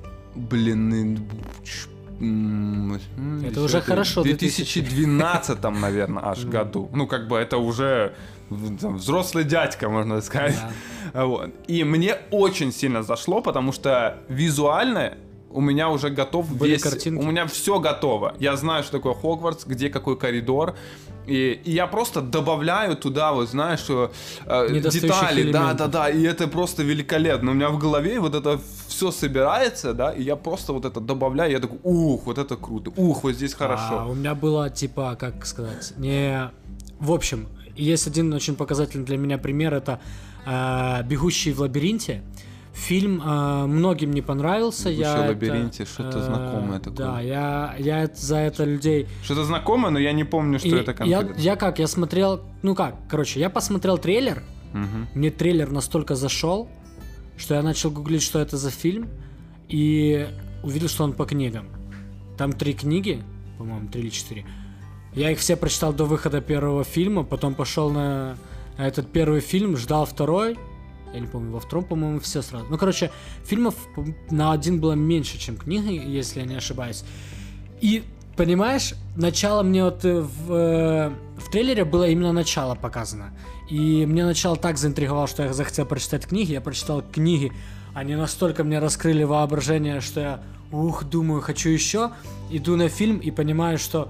Это уже хорошо. В 2012, наверное, аж году. Ну, как бы это уже там, взрослый дядька, можно сказать. Да. Вот. И мне очень сильно зашло, потому что визуально у меня уже готов были весь... картинки. У меня все готово. Я знаю, что такое Хогвартс, где какой коридор. И я просто добавляю туда, вот знаешь, детали, элементов. да, и это просто великолепно. У меня в голове вот это все собирается, да, и я просто вот это добавляю, я такой, вот это круто, вот здесь хорошо. У меня было, типа, как сказать, в общем, есть один очень показательный для меня пример, это «Бегущий в лабиринте». Фильм многим не понравился. «Бегущий в лабиринте», что-то знакомое такое. Да, я за это людей... Что-то знакомое, но я не помню, что это конкретно. Я смотрел... я посмотрел трейлер, мне трейлер настолько зашел, что я начал гуглить, что это за фильм, и увидел, что он по книгам. Там 3 книги, по-моему, 3 или 4. Я их все прочитал до выхода первого фильма, потом пошел на этот первый фильм, ждал второй. Я не помню, во втором, по-моему, все сразу. Фильмов на 1 было меньше, чем книги, если я не ошибаюсь. И, понимаешь, начало мне вот в трейлере было именно начало показано. И мне начало так заинтриговало, что я захотел прочитать книги. Я прочитал книги, они настолько мне раскрыли воображение, что я, думаю, хочу еще. Иду на фильм и понимаю, что...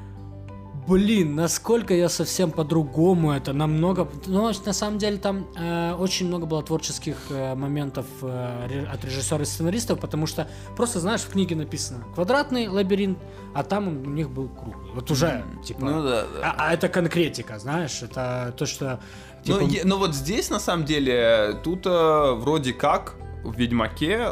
насколько я совсем по-другому это, намного... на самом деле там очень много было творческих моментов от режиссера и сценаристов, потому что просто, знаешь, в книге написано квадратный лабиринт, а там у них был круглый. Вот уже, типа... да. А это конкретика, знаешь, это то, что... Типа... Но вот здесь, на самом деле, тут вроде как в «Ведьмаке»,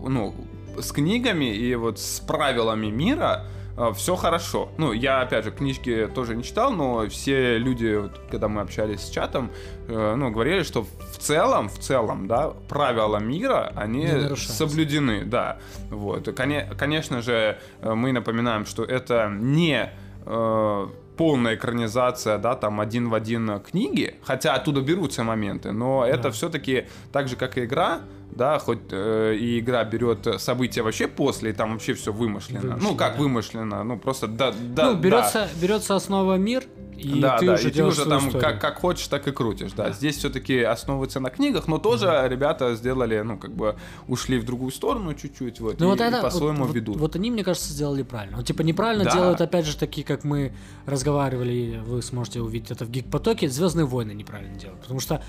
с книгами и вот с правилами мира... все хорошо. Я, опять же, книжки тоже не читал, но все люди, вот, когда мы общались с чатом, говорили, что в целом, да, правила мира, они соблюдены, да. Вот. Конечно же, мы напоминаем, что это не полная экранизация, да, там 1 в 1 книги, хотя оттуда берутся моменты, но это все-таки так же, как и игра, да, хоть и игра берет события вообще после, и там вообще все вымышленно. Вымышленно, просто берется основа мир, и ты уже там как хочешь, так и крутишь, да. Здесь все-таки основывается на книгах, но тоже ребята сделали, ушли в другую сторону чуть-чуть, вот, и по-своему ведут. Вот они, мне кажется, сделали правильно. Неправильно делают, опять же, такие, как мы разговаривали, вы сможете увидеть это в Гик-потоке, «Звездные войны» неправильно делают, потому что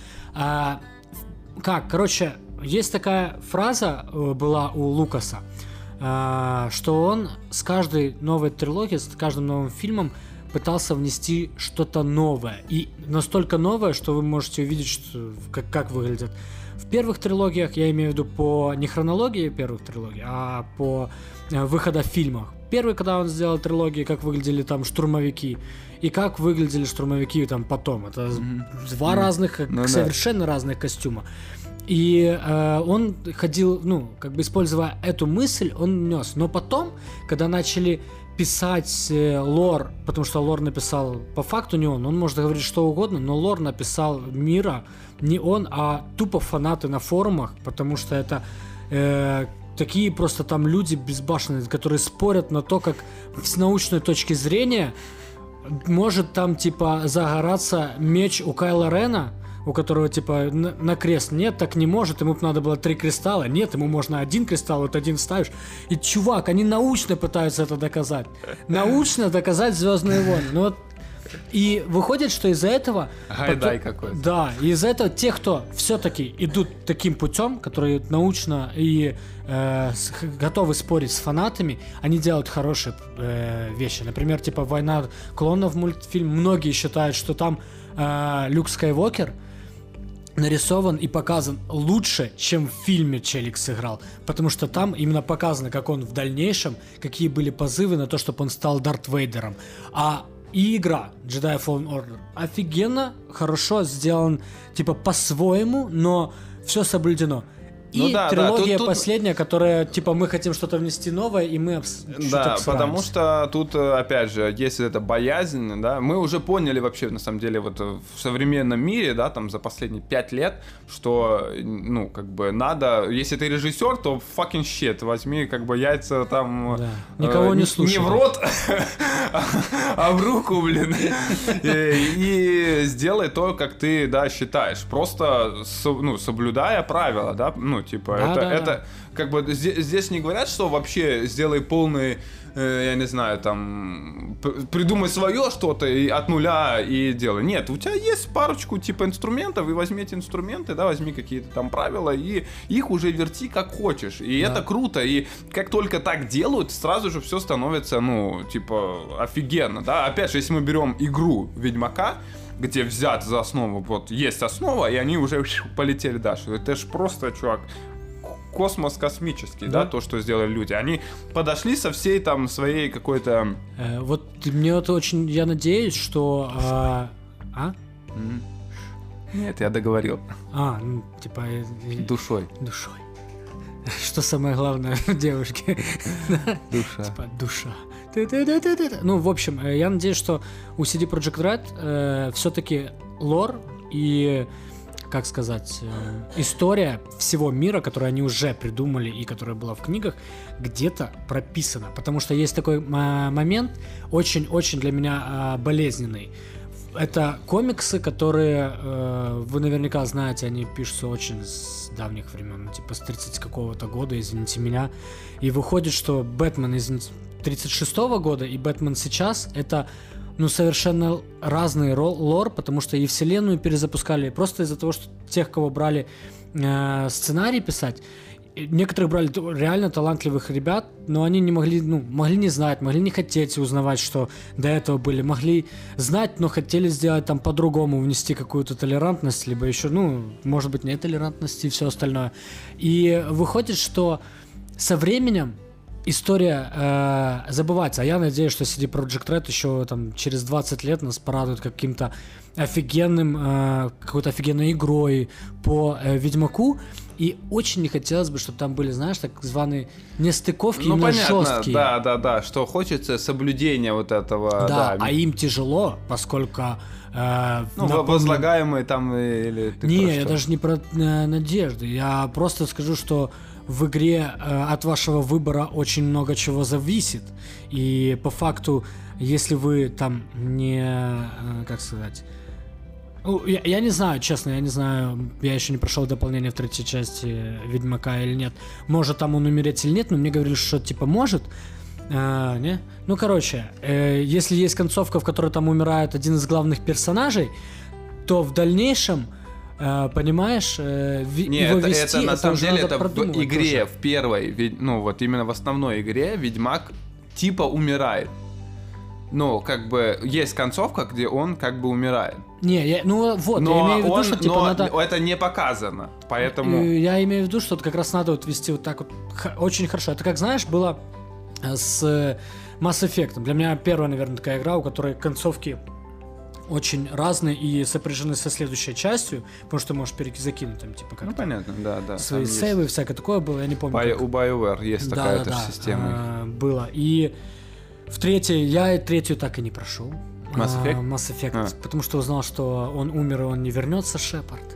есть такая фраза была у Лукаса, что он с каждой новой трилогией, с каждым новым фильмом пытался внести что-то новое. И настолько новое, что вы можете увидеть, как выглядят. В первых трилогиях, я имею в виду не хронологии первых трилогий, а по выхода в фильмах. Первый, когда он сделал трилогии, как выглядели там штурмовики, и как выглядели штурмовики там потом. Это два разных, совершенно разных костюма. И он ходил, используя эту мысль, он нес. Но потом, когда начали писать лор, потому что лор написал по факту не он может говорить что угодно, но лор написал мира не он, а тупо фанаты на форумах, потому что это такие просто там люди безбашенные, которые спорят на то, как с научной точки зрения может там типа загораться меч у Кайла Рена, у которого типа на крест нет, так не может, ему надо было 3 кристалла, нет, ему можно 1 кристалл, вот 1 ставишь. И чувак, они научно пытаются это доказать. Научно доказать «Звездные войны». И выходит, что из-за этого... Гайдай какой-то. Да, из-за этого те, кто все-таки идут таким путем, которые научно и готовы спорить с фанатами, они делают хорошие вещи. Например, типа «Война клонов» мультфильм. Многие считают, что там Люк Скайуокер нарисован и показан лучше, чем в фильме Челик сыграл. Потому что там именно показано, как он в дальнейшем, какие были позывы на то, чтобы он стал Дарт Вейдером. И игра Jedi Fallen Order офигенно, хорошо сделан, типа по-своему, но все соблюдено. И трилогия последняя, которая, типа, мы хотим что-то внести новое, и мы чуть обсираемся. Потому что тут, опять же, если это боязнь, да, мы уже поняли вообще, на самом деле, вот в современном мире, да, там, за последние 5 лет, что, ну, как бы, надо, если ты режиссер, то fucking shit, возьми, как бы, яйца там... Да. Никого не слушай. Не в рот, а в руку, блин. И сделай то, как ты, да, считаешь. Просто, ну, соблюдая правила, да, ну, типа, это как бы здесь не говорят, что вообще сделай полный, я не знаю, там, придумай свое что-то и от нуля и делай. Нет, у тебя есть парочку, типа, инструментов, и возьми эти инструменты, да, возьми какие-то там правила, и их уже верти как хочешь. И это круто, и как только так делают, сразу же все становится, ну, типа, офигенно, да. Опять же, если мы берем игру Ведьмака, где взят за основу, вот есть основа, и они уже полетели дальше. Это ж просто, чувак, космос космический, да, то, что сделали люди. Они подошли со всей там своей какой-то... Вот мне вот очень, я надеюсь, что... Нет, я договорил. Ну, типа... Душой. Душой. Что самое главное в девушке? Душа. Типа душа. Ну, в общем, я надеюсь, что у CD Projekt Red все-таки лор и, как сказать, история всего мира, которую они уже придумали и которая была в книгах, где-то прописана. Потому что есть такой момент, очень-очень для меня болезненный. Это комиксы, которые, вы наверняка знаете, они пишутся очень с давних времен, типа с 30 какого-то года, извините меня. И выходит, что Бэтмен из 36-го года и Бэтмен сейчас — это, ну, совершенно разный лор, потому что и вселенную перезапускали просто из-за того, что тех, кого брали сценарий писать, некоторых брали реально талантливых ребят, но они не могли, ну, могли не знать, могли не хотеть узнавать, что до этого были, могли знать, но хотели сделать там по-другому, внести какую-то толерантность, либо еще, ну, может быть, нетолерантность и все остальное. И выходит, что со временем история забывается, а я надеюсь, что CD Projekt Red еще там через 20 лет нас порадует каким-то офигенным, какой-то офигенной игрой по Ведьмаку. И очень не хотелось бы, чтобы там были, знаешь, так званые нестыковки, ну, именно понятно, жесткие. Да, что хочется соблюдения вот этого. Да, а им тяжело, поскольку... возлагаемые там или... Не, я даже не про надежды. Я просто скажу, что в игре от вашего выбора очень много чего зависит. И по факту, если вы там не... Как сказать... Ну, я не знаю, честно, я не знаю, я еще не прошел дополнение в третьей части Ведьмака или нет. Может там он умереть или нет, но мне говорили, что типа может. Не? Ну, короче, если есть концовка, в которой там умирает один из главных персонажей, то в дальнейшем, понимаешь, его вести, это на самом деле это в игре, тоже. в первой, ну вот именно в основной игре Ведьмак типа умирает. Ну, как бы, есть концовка, где он как бы умирает. Не, я имею в виду, что типа надо... это не показано, поэтому... Я имею в виду, что как раз надо вот вести вот так вот очень хорошо. Это как, знаешь, было с Mass Effect. Для меня первая, наверное, такая игра, у которой концовки очень разные и сопряжены со следующей частью, потому что ты можешь закинуть там, типа, как-то. Ну, понятно, да. Свои сейвы, всякое такое было, я не помню. У BioWare есть такая система. Было. И в третьей, я третью так и не прошел. Mass Effect? Mass Effect, потому что узнал, что он умер, и он не вернется, Шепард.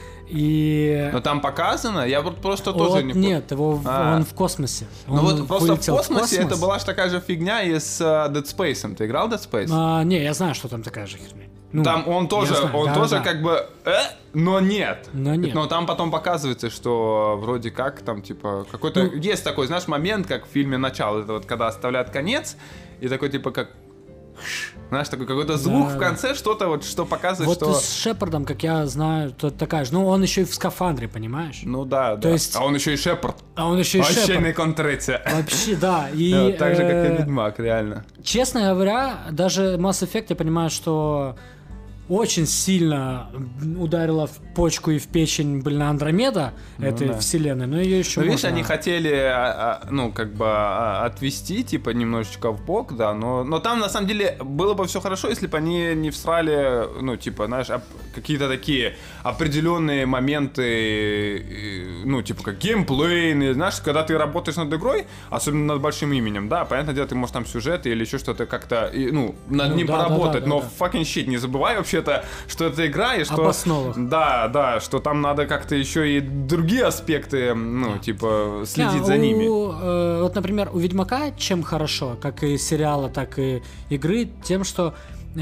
И... Но там показано? Я вот просто тоже не... Нет, он в космосе. Ну вот просто в космосе это была же такая же фигня и с Dead Space. Ты играл в Dead Space? Не, я знаю, что там такая же херня. Ну, там он тоже, как бы, но нет. Но там потом показывается, что вроде как там, типа, какой-то... Есть такой, знаешь, момент, как в фильме «Начало», это вот когда оставляют конец, и такой, типа, как... Знаешь, такой какой-то звук в конце, что-то вот, что показывает, вот что... Вот с Шепардом, как я знаю, то такая же. Ну, он еще и в скафандре, понимаешь? Ну да, то есть... А он еще и Шепард. Вообще не контреться. Вообще, да. Так же, как и Ведьмак, реально. Честно говоря, даже Mass Effect, я понимаю, что очень сильно ударила в почку и в печень, Андромеда этой вселенной, но ее еще видишь, они хотели, отвести, типа, немножечко в бок, да, но там, на самом деле, было бы все хорошо, если бы они не всрали, ну, типа, знаешь, какие-то такие определенные моменты, ну, типа, как геймплей, знаешь, когда ты работаешь над игрой, особенно над большим именем, да, понятное дело, ты можешь там сюжеты или еще что-то как-то, ну, над ним поработать, но fucking shit, не забывай вообще что это игра, и что... Об основах. Да, что там надо как-то еще и другие аспекты, ну, типа, следить за ними. Вот, например, у Ведьмака чем хорошо, как и сериала, так и игры, тем, что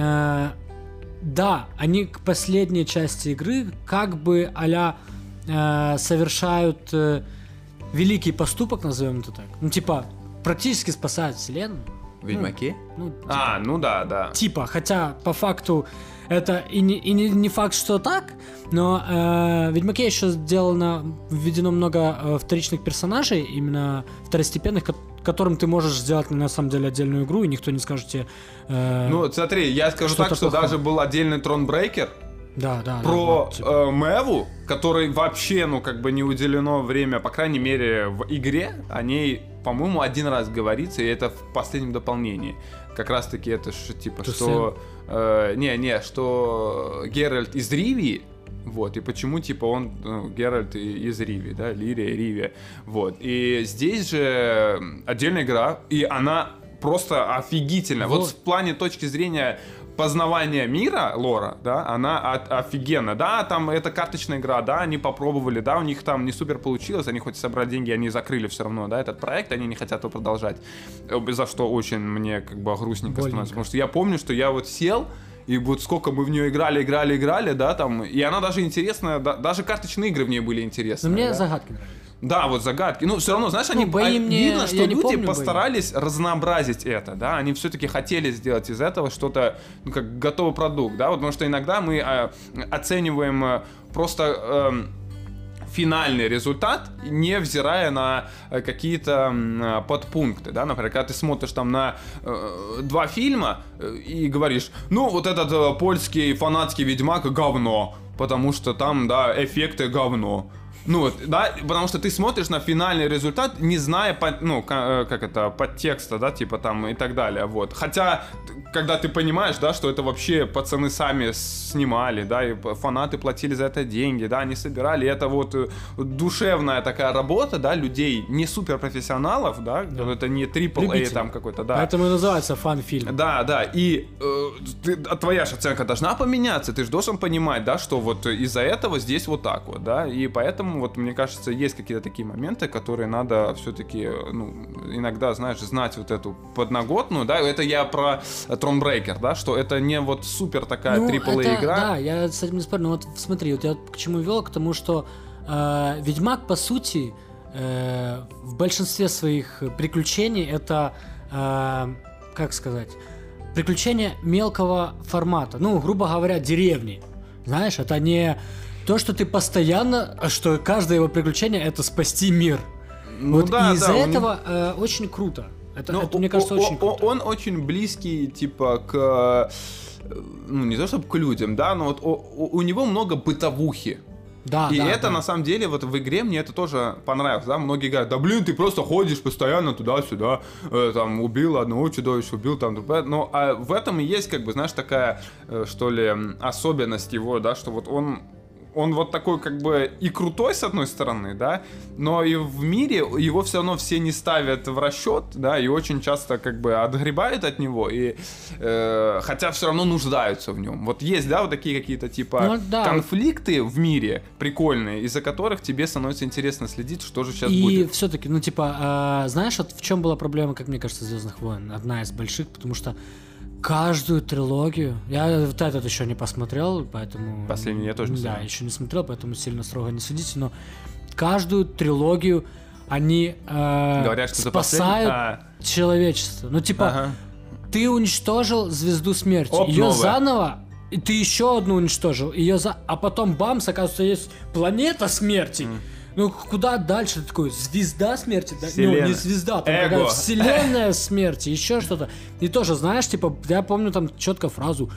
да, они к последней части игры как бы а-ля совершают великий поступок, назовем это так. Ну, типа, практически спасают вселенную. Ведьмаки? Ну, типа, ну да. Типа, хотя по факту это и не факт, что так, но в Ведьмаке еще введено много вторичных персонажей, именно второстепенных, которым ты можешь сделать на самом деле отдельную игру, и никто не скажет тебе... Ну, смотри, я скажу так, что даже был отдельный Тронбрейкер, да, про Мэву, которой вообще, ну, как бы не уделено время, по крайней мере, в игре, о ней, по-моему, один раз говорится, и это в последнем дополнении. Как раз-таки это же, типа, что... что Геральт из Ривии, вот, и почему, типа, он, Геральт из Ривии, да, Лирия, Ривия, вот. И здесь же отдельная игра, и она просто офигительна. Вот в плане точки зрения познавания мира, лора, да, она офигенна. Да, там это карточная игра, да, они попробовали, да, у них там не супер получилось, они хоть собрать деньги, они закрыли все равно, да, этот проект, они не хотят его продолжать. За что очень мне как бы грустненько становится, потому что я помню, что я вот сел, и вот сколько мы в нее играли, да, там, и она даже интересная, даже карточные игры в ней были интересные. Но мне да? Загадки нравятся. Да, вот загадки. Ну, все равно, знаешь, видно, что люди постарались разнообразить это, да, они все-таки хотели сделать из этого что-то, ну, как готовый продукт, да, вот, потому что иногда мы оцениваем просто финальный результат, невзирая на какие-то подпункты, да, например, когда ты смотришь там на 2 фильма и говоришь, ну, вот этот польский фанатский Ведьмак говно, потому что там, да, эффекты говно. Ну вот, да, потому что ты смотришь на финальный результат, не зная, подтекста, да, типа там и так далее, вот. Хотя, когда ты понимаешь, да, что это вообще пацаны сами снимали, да, и фанаты платили за это деньги, да, они собирали, это вот душевная такая работа, да, людей, не суперпрофессионалов, да, это не AAA там какой-то, да. Поэтому и называется фан-фильм. Да, и твоя же оценка должна поменяться, ты же должен понимать, да, что вот из-за этого здесь вот так вот, да, и поэтому вот, мне кажется, есть какие-то такие моменты, которые надо все-таки, ну, иногда, знаешь, знать вот эту подноготную, да, это я про Thronebreaker, да, что это не вот супер такая AAA игра. Да, я с этим не спорю, но вот смотри, вот я к чему вел, к тому, что Ведьмак, по сути, в большинстве своих приключений это, как сказать, приключения мелкого формата, ну, грубо говоря, деревни, знаешь, это не... То, что ты постоянно, что каждое его приключение это спасти мир. Ну, вот да, из-за этого очень круто. Это, мне кажется, очень круто. Он очень близкий, типа, к... Ну, не то чтобы к людям, да, но вот у него много бытовухи. Да, и это, на самом деле, вот в игре мне это тоже понравилось, да, многие говорят, да блин, ты просто ходишь постоянно туда-сюда, там, убил одного чудовища, убил там другое, но в этом и есть, как бы, знаешь, такая, что ли, особенность его, да, что вот он вот такой, как бы, и крутой, с одной стороны, да, но и в мире его все равно все не ставят в расчет, да, и очень часто, как бы, отгребают от него, и хотя все равно нуждаются в нем. Вот есть, да, вот такие какие-то, типа, конфликты в мире прикольные, из-за которых тебе становится интересно следить, что же сейчас будет. И все-таки, ну, типа, знаешь, вот в чем была проблема, как мне кажется, «Звездных войн»? Одна из больших, потому что каждую трилогию. Я вот этот еще не посмотрел, поэтому... Последний я тоже не смотрел. Да, еще не смотрел, поэтому сильно строго не судите, но каждую трилогию они говорят, что спасают человечество. Ну, типа, ты уничтожил Звезду Смерти, ее заново, и ты еще одну уничтожил, а потом бамс, оказывается, есть планета смерти. Ну, куда дальше? Ты такой, звезда смерти? Да? Ну, не звезда, там какая-то вселенная смерти, еще что-то. И тоже, знаешь, типа, я помню там четко фразу: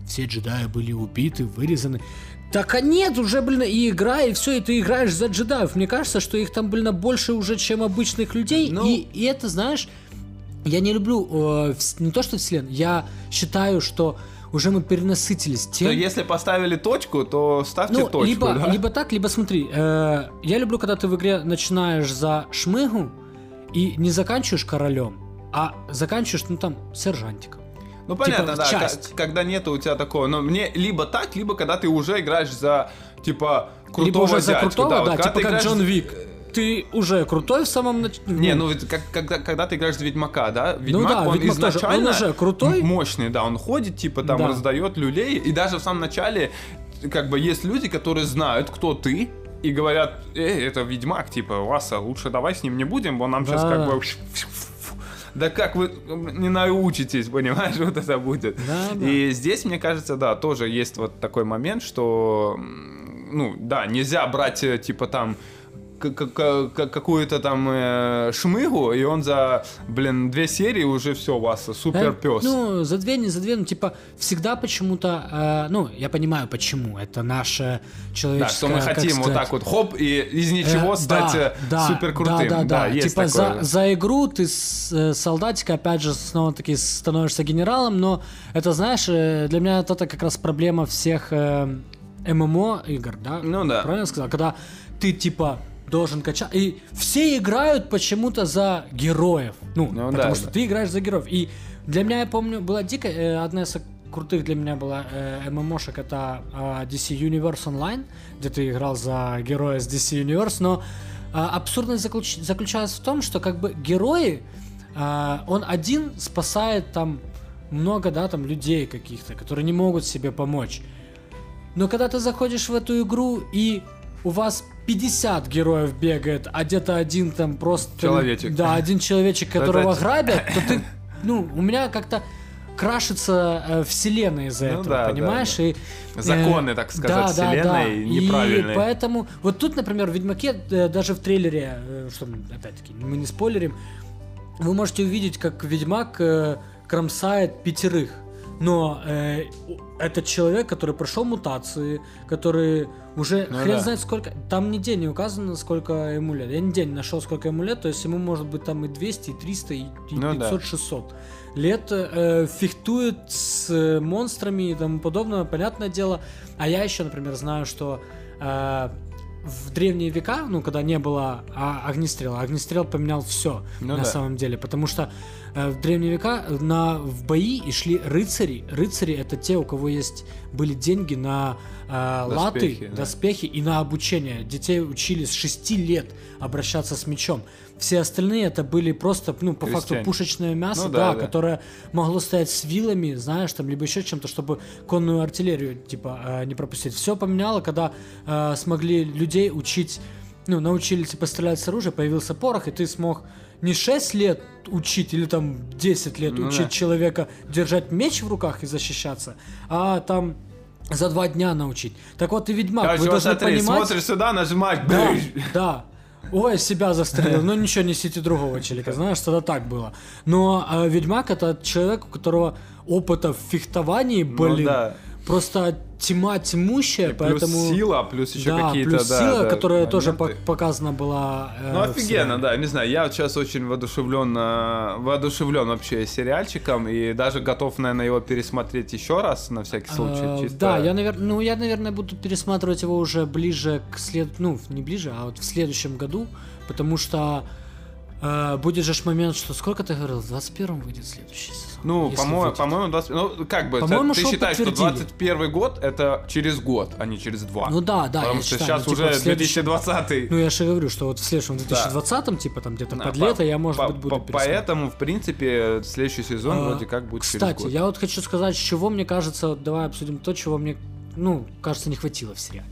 все джедаи были убиты, вырезаны. Так а нет, уже, блин, и игра, и все, и ты играешь за джедаев. Мне кажется, что их там, блин, больше уже, чем обычных людей. Ну... И это, знаешь, я не люблю не то, что вселенную, я считаю, что уже мы перенасытились тем... То если поставили точку, то ставьте точку, да? Либо так, либо смотри, я люблю, когда ты в игре начинаешь за шмыгу и не заканчиваешь королем, а заканчиваешь, ну, там, сержантиком. Ну, понятно, типа, да, когда нету у тебя такого, но мне либо так, либо когда ты уже играешь за, типа, крутого либо уже за дядьку. Крутого, да, типа как играешь... Джон Вик. Ты уже крутой в самом начале. Не, ну, когда ты играешь за Ведьмака, да, Ведьмак, ну, да, он Ведьмак изначально тоже, он уже крутой. Мощный, да, он ходит, типа, там, раздает люлей, и даже в самом начале, как бы, есть люди, которые знают, кто ты, и говорят, это Ведьмак, типа, Васа, лучше давай с ним не будем, бо нам сейчас, как бы... Да как вы не научитесь, понимаешь, вот это будет. Да. И здесь, мне кажется, да, тоже есть вот такой момент, что, ну, да, нельзя брать, типа, там, какую-то там шмыгу, и он за, 2 серии уже все, у вас супер пес. Ну, за две, ну, типа, всегда почему-то, ну, я понимаю, почему, это наше человеческое... Да, что мы хотим вот так вот, хоп, и из ничего стать супер крутым. Да, есть типа, такое. за игру ты с солдатика, опять же, снова-таки становишься генералом, но это, знаешь, для меня это как раз проблема всех ММО игр, да? Ну да. Правильно сказал? Когда ты, типа, должен качать. И все играют почему-то за героев. Ну потому что ты играешь за героев. И для меня, я помню, была дикая, одна из крутых для меня была ММОшек, это DC Universe Online, где ты играл за героя с DC Universe, но абсурдность заключалась в том, что как бы герои, он один спасает там много, да, там людей каких-то, которые не могут себе помочь. Но когда ты заходишь в эту игру и у вас 50 героев бегает, а где-то один там просто... Человечек. Да, один человечек, которого грабят, то ты... Ну, у меня как-то крашится вселенная из-за этого, понимаешь? Да. И, законы, так сказать, вселенной неправильные. И поэтому... Вот тут, например, в Ведьмаке, даже в трейлере, что, опять-таки, мы не спойлерим, вы можете увидеть, как Ведьмак кромсает 5. Но этот человек, который прошел мутации, который уже хрен знает сколько... Там нигде не указано, сколько ему лет. Я нигде не нашел, сколько ему лет. То есть ему может быть там и 200, и 300, и 500, 600 лет. Фехтует с монстрами и тому подобное, понятное дело. А я еще, например, знаю, что... в древние века, ну, когда не было огнестрела, огнестрел поменял все на самом деле, потому что в древние века в бои и шли рыцари. Рыцари — это те, у кого были деньги на латы, доспехи и на обучение. Детей учили с 6 лет обращаться с мечом. Все остальные это были просто, ну, по факту пушечное мясо, которое могло стоять с вилами, знаешь, там, либо еще чем-то, чтобы конную артиллерию, типа, не пропустить. Все поменяло, когда смогли людей учить, ну, научили, типа, стрелять с оружия, появился порох, и ты смог не 6 лет учить или там 10 лет учить человека держать меч в руках и защищаться, а там за 2 дня научить. Так вот и Ведьмак, короче, вы должны смотри, понимать... смотришь сюда, нажимать. Да. Ой, себя застрелил. Ну ничего, несите другого человека. Знаешь, тогда так было. Но Ведьмак — это человек, у которого опыта в фехтовании, просто тьма тьмущая, поэтому... Плюс сила, плюс еще какие-то... плюс сила, которая тоже показана была... Ну, офигенно, да, не знаю, я вот сейчас очень воодушевлен вообще сериальчиком, и даже готов, наверное, его пересмотреть еще раз, на всякий случай, чисто... Да, я, наверное, буду пересматривать его уже ближе к не ближе, а вот в следующем году, потому что будет же момент, что сколько ты говорил, в 21-м выйдет следующий сезон. Ну, по-моему, 20... Ну, как бы, ты считаешь, что 21 год это через год, а не через 2. Ну да, потому что считаю, сейчас уже 2020. Ну, я же говорю, что вот в следующем 2020-м, типа там где-то под лето, я, может быть, буду пересмотреть. Поэтому, в принципе, следующий сезон вроде как будет через год. Кстати, я вот хочу сказать, чего мне кажется, давай обсудим то, чего мне, кажется, не хватило в сериале.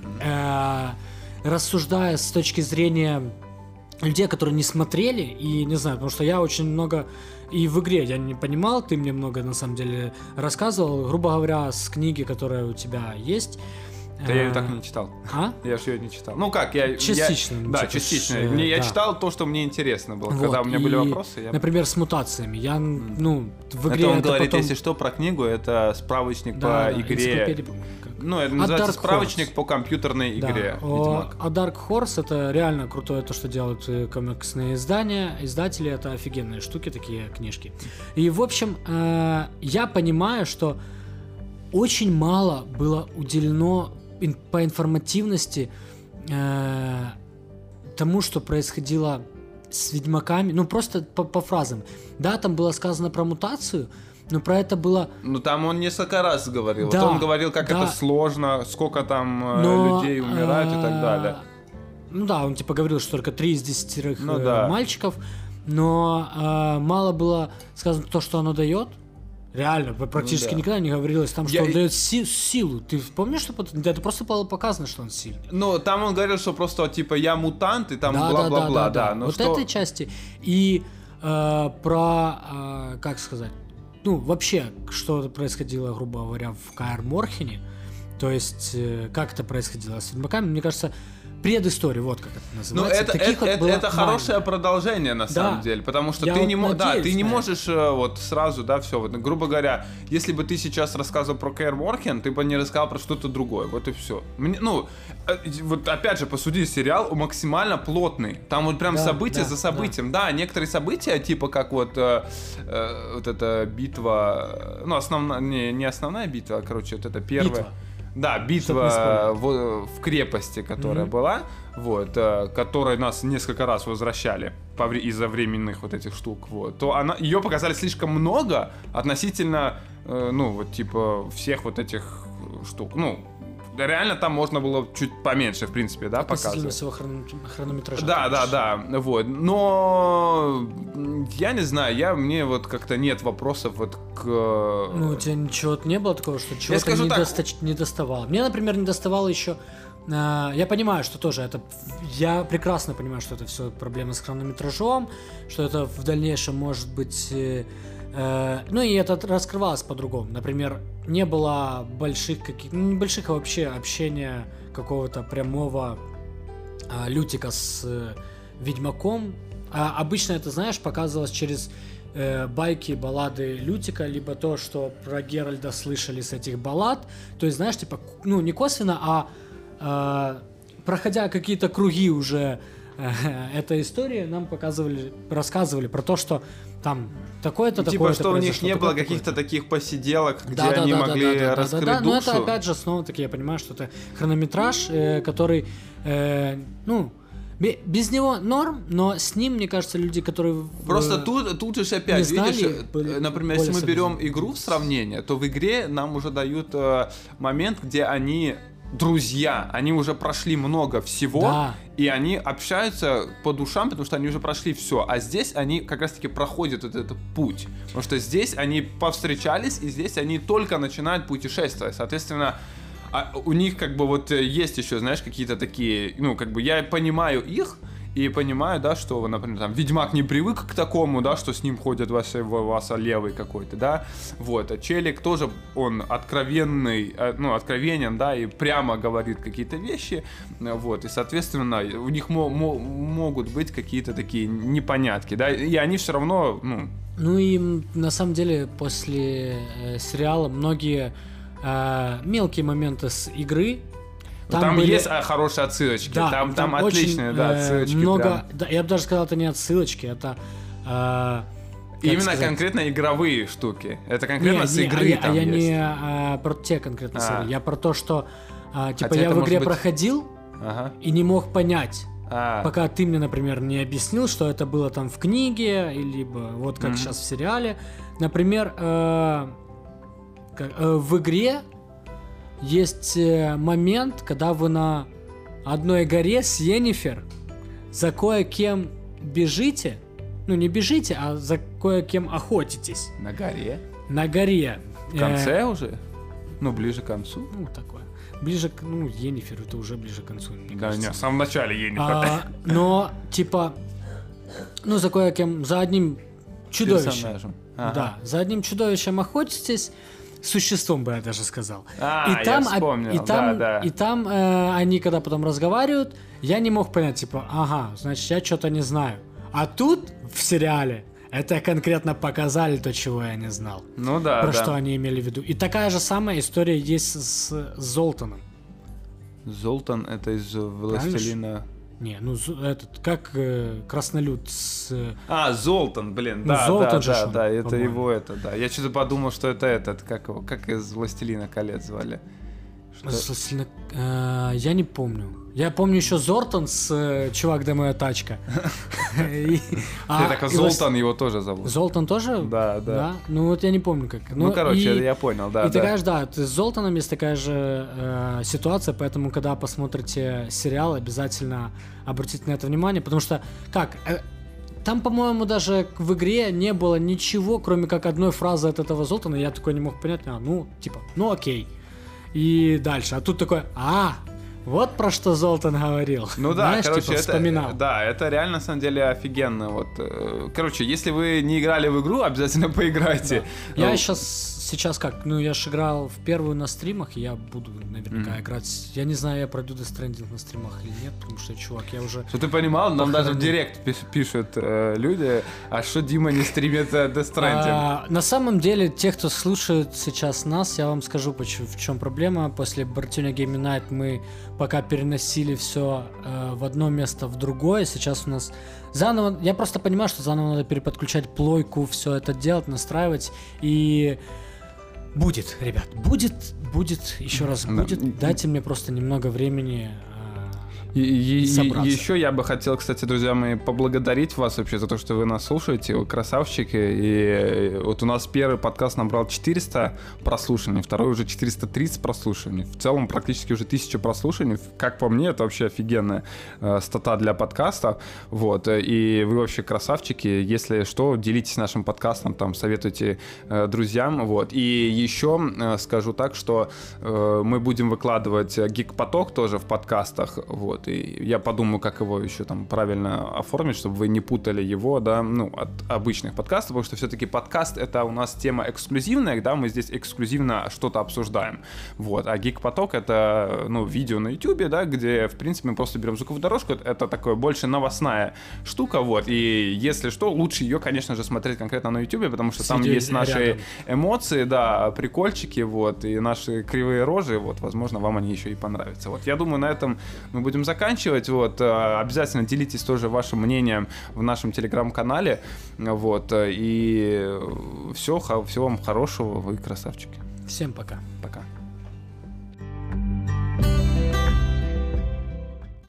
Рассуждая с точки зрения людей, которые не смотрели, и не знаю, потому что я очень много и в игре я не понимал, ты мне много на самом деле рассказывал, грубо говоря, с книги, которая у тебя есть, Да я ее так и не читал. А? Я же ее не читал. Ну как, я... Частично. Да, типа, частично. Я читал то, что мне интересно было. Когда у меня были вопросы, например, с мутациями. Я, в игре это он говорит, потом... если что, про книгу, это справочник по игре. Ну, это называется справочник по компьютерной игре. А Dark Horse это реально крутое то, что делают комиксные издания. Издатели — это офигенные штуки, такие книжки. И, в общем, я понимаю, что очень мало было уделено по информативности тому, что происходило с Ведьмаками. Ну, просто по фразам. Да, там было сказано про мутацию, но про это было... Ну, там он несколько раз говорил. Да, вот он говорил, как это сложно, сколько там людей умирают и так далее. Ну да, он типа говорил, что только 3 из 10 мальчиков, но мало было сказано то, что оно дает. Реально, практически никогда не говорилось там, что он дает силу. Ты помнишь, что это просто было показано, что он сильный? Ну, там он говорил, что просто типа я мутант, и там бла-бла-бла. Да. Вот этой части. И про, как сказать, ну, вообще, что происходило, грубо говоря, в Каэр Морхене, то есть, как это происходило с Ведьмаками, мне кажется, предыстория, вот как это называется. Ну, это хорошее продолжение, на самом деле, потому что ты не можешь вот сразу, да, все, вот, грубо говоря, если бы ты сейчас рассказывал про Каэр Морхен, ты бы не рассказал про что-то другое, вот и все. Ну, вот опять же, посуди, сериал максимально плотный, там вот прям событие за событием, да, некоторые события, типа как вот эта битва, ну, основная, не основная битва, короче, вот это первая. Да, битва в крепости, которая была, вот, которой нас несколько раз возвращали из-за временных вот этих штук, вот, то ее показали слишком много относительно, ну, вот, типа, всех вот этих штук. Ну, реально там можно было чуть поменьше, в принципе, да, показывать. Всего хронометража. Да, вот. Но я не знаю, мне вот как-то нет вопросов вот к... Ну, у тебя ничего не было такого, что чего-то не доставало. Мне, например, не доставало еще... Я понимаю, что тоже это... Я прекрасно понимаю, что это все проблема с хронометражом, что это в дальнейшем может быть... Ну и это раскрывалось по-другому. Например, не было небольших вообще общения какого-то прямого Лютика с Ведьмаком. Обычно это, знаешь, показывалось через байки, баллады Лютика, либо то, что про Геральда слышали с этих баллад. То есть, знаешь, типа, ну не косвенно, а проходя какие-то круги уже этой истории, нам рассказывали про то, что там такое-то, типа, такое-то что у них не было каких-то таких посиделок, где они могли раскрыть душу. Но это, опять же, снова-таки, я понимаю, что это хронометраж, который, ну, без него норм, но с ним, мне кажется, люди, которые... Просто тут же опять, видишь, например, если мы берем игру в сравнение, то в игре нам уже дают момент, где они... друзья, они уже прошли много всего, и они общаются по душам, потому что они уже прошли все. А здесь они как раз-таки проходят вот этот путь. Потому что здесь они повстречались, и здесь они только начинают путешествовать. Соответственно, у них как бы вот есть еще, знаешь, какие-то такие, ну, как бы я понимаю их, и понимаю, да, что, например, там, Ведьмак не привык к такому, да, что с ним ходит Васа левый какой-то, да, вот, а Челик тоже, он откровенен, да, и прямо говорит какие-то вещи, вот, и, соответственно, у них могут быть какие-то такие непонятки, да, и они все равно, ну... Ну и, на самом деле, после сериала многие мелкие моменты с игры. Там есть хорошие отсылочки, да, там отличные, отсылочки. Много, да, я бы даже сказал, это не отсылочки, это... Именно конкретно игровые штуки. Это конкретно с игры там я есть. Не про те конкретно серии, я про то, что типа я в игре проходил и не мог понять, пока ты мне, например, не объяснил, что это было там в книге, либо вот как сейчас в сериале. Например, в игре есть момент, когда вы на одной горе с Йеннифер за кое-кем бежите. Ну, не бежите, а за кое-кем охотитесь. На горе? На горе. В конце уже? Ну, ближе к концу? Ну, такое. Ближе к... Ну, Йеннифер, это уже ближе к концу, мне кажется. Да, не, в самом начале Йеннифер. Но, типа... Ну, за кое-кем... За одним чудовищем. Ага. Да, за одним чудовищем охотитесь. существом, бы я даже сказал. Я вспомнил, и там они, когда потом разговаривают, я не мог понять, типа, ага, значит, я что-то не знаю. А тут, в сериале, это конкретно показали то, чего я не знал. Ну да, про что они имели в виду. И такая же самая история есть с Золтаном. Золтан — это из «Властелина». Не, ну этот, как краснолюд с... Золтан, блин, ну, да, Золтан да, это его, да. Я что-то подумал, что это этот, как из «Властелина колец» звали. Я не помню. Я помню еще Зортон с «Чувак, где моя тачка». Золтан его тоже зовут. Золтан тоже? Да. Ну вот я не помню как. Ну короче, я понял, да. И ты говоришь, да, с Золтаном есть такая же ситуация, поэтому когда посмотрите сериал, обязательно обратите на это внимание, потому что, там, по-моему, даже в игре не было ничего, кроме как одной фразы от этого Золтана, я такой не мог понять, окей. И дальше. А тут такой, вот про что Золтан говорил. Ну да, знаешь, короче, типа, вспоминал. это реально, на самом деле, офигенно. Вот. Короче, если вы не играли в игру, обязательно поиграйте. Да. Я сейчас я же играл в первую на стримах, и я буду наверняка играть. Я не знаю, я пройду Death Stranding на стримах или нет, потому что, чувак, я уже... Что ты понимал, нам даже в директ пишут люди, а что Дима не стримит Death Stranding? На самом деле, те, кто слушает сейчас нас, я вам скажу, в чем проблема. После Братюня Gaming Night мы пока переносили все в одно место в другое. Сейчас у нас заново... Я просто понимаю, что заново надо переподключать плойку, все это делать, настраивать. И будет, ребят, будет, еще раз будет. Дайте мне просто немного времени собраться. Еще я бы хотел, кстати, друзья мои, поблагодарить вас вообще за то, что вы нас слушаете, вы красавчики. И вот у нас первый подкаст набрал 400 прослушиваний, второй уже 430 прослушиваний. В целом практически уже 1000 прослушиваний. Как по мне, это вообще офигенная стата для подкаста. Вот. И вы вообще красавчики. Если что, делитесь нашим подкастом, там, советуйте друзьям. Вот. И еще скажу так, что мы будем выкладывать Geek-поток тоже в подкастах. Вот. И я подумаю, как его еще там правильно оформить, чтобы вы не путали его, да, от обычных подкастов, потому что все-таки подкаст — это у нас тема эксклюзивная, да, мы здесь эксклюзивно что-то обсуждаем, вот, а Geek-поток — это, видео на YouTube, да, где, в принципе, мы просто берем звуковую дорожку, это такое больше новостная штука, вот, и если что, лучше ее, конечно же, смотреть конкретно на YouTube, потому что там есть наши эмоции, да, прикольчики, вот, и наши кривые рожи, вот, возможно, вам они еще и понравятся, вот, я думаю, на этом мы будем заканчивать. Вот. Обязательно делитесь тоже вашим мнением в нашем телеграм-канале. Вот. И всего вам хорошего. Вы красавчики. Всем пока.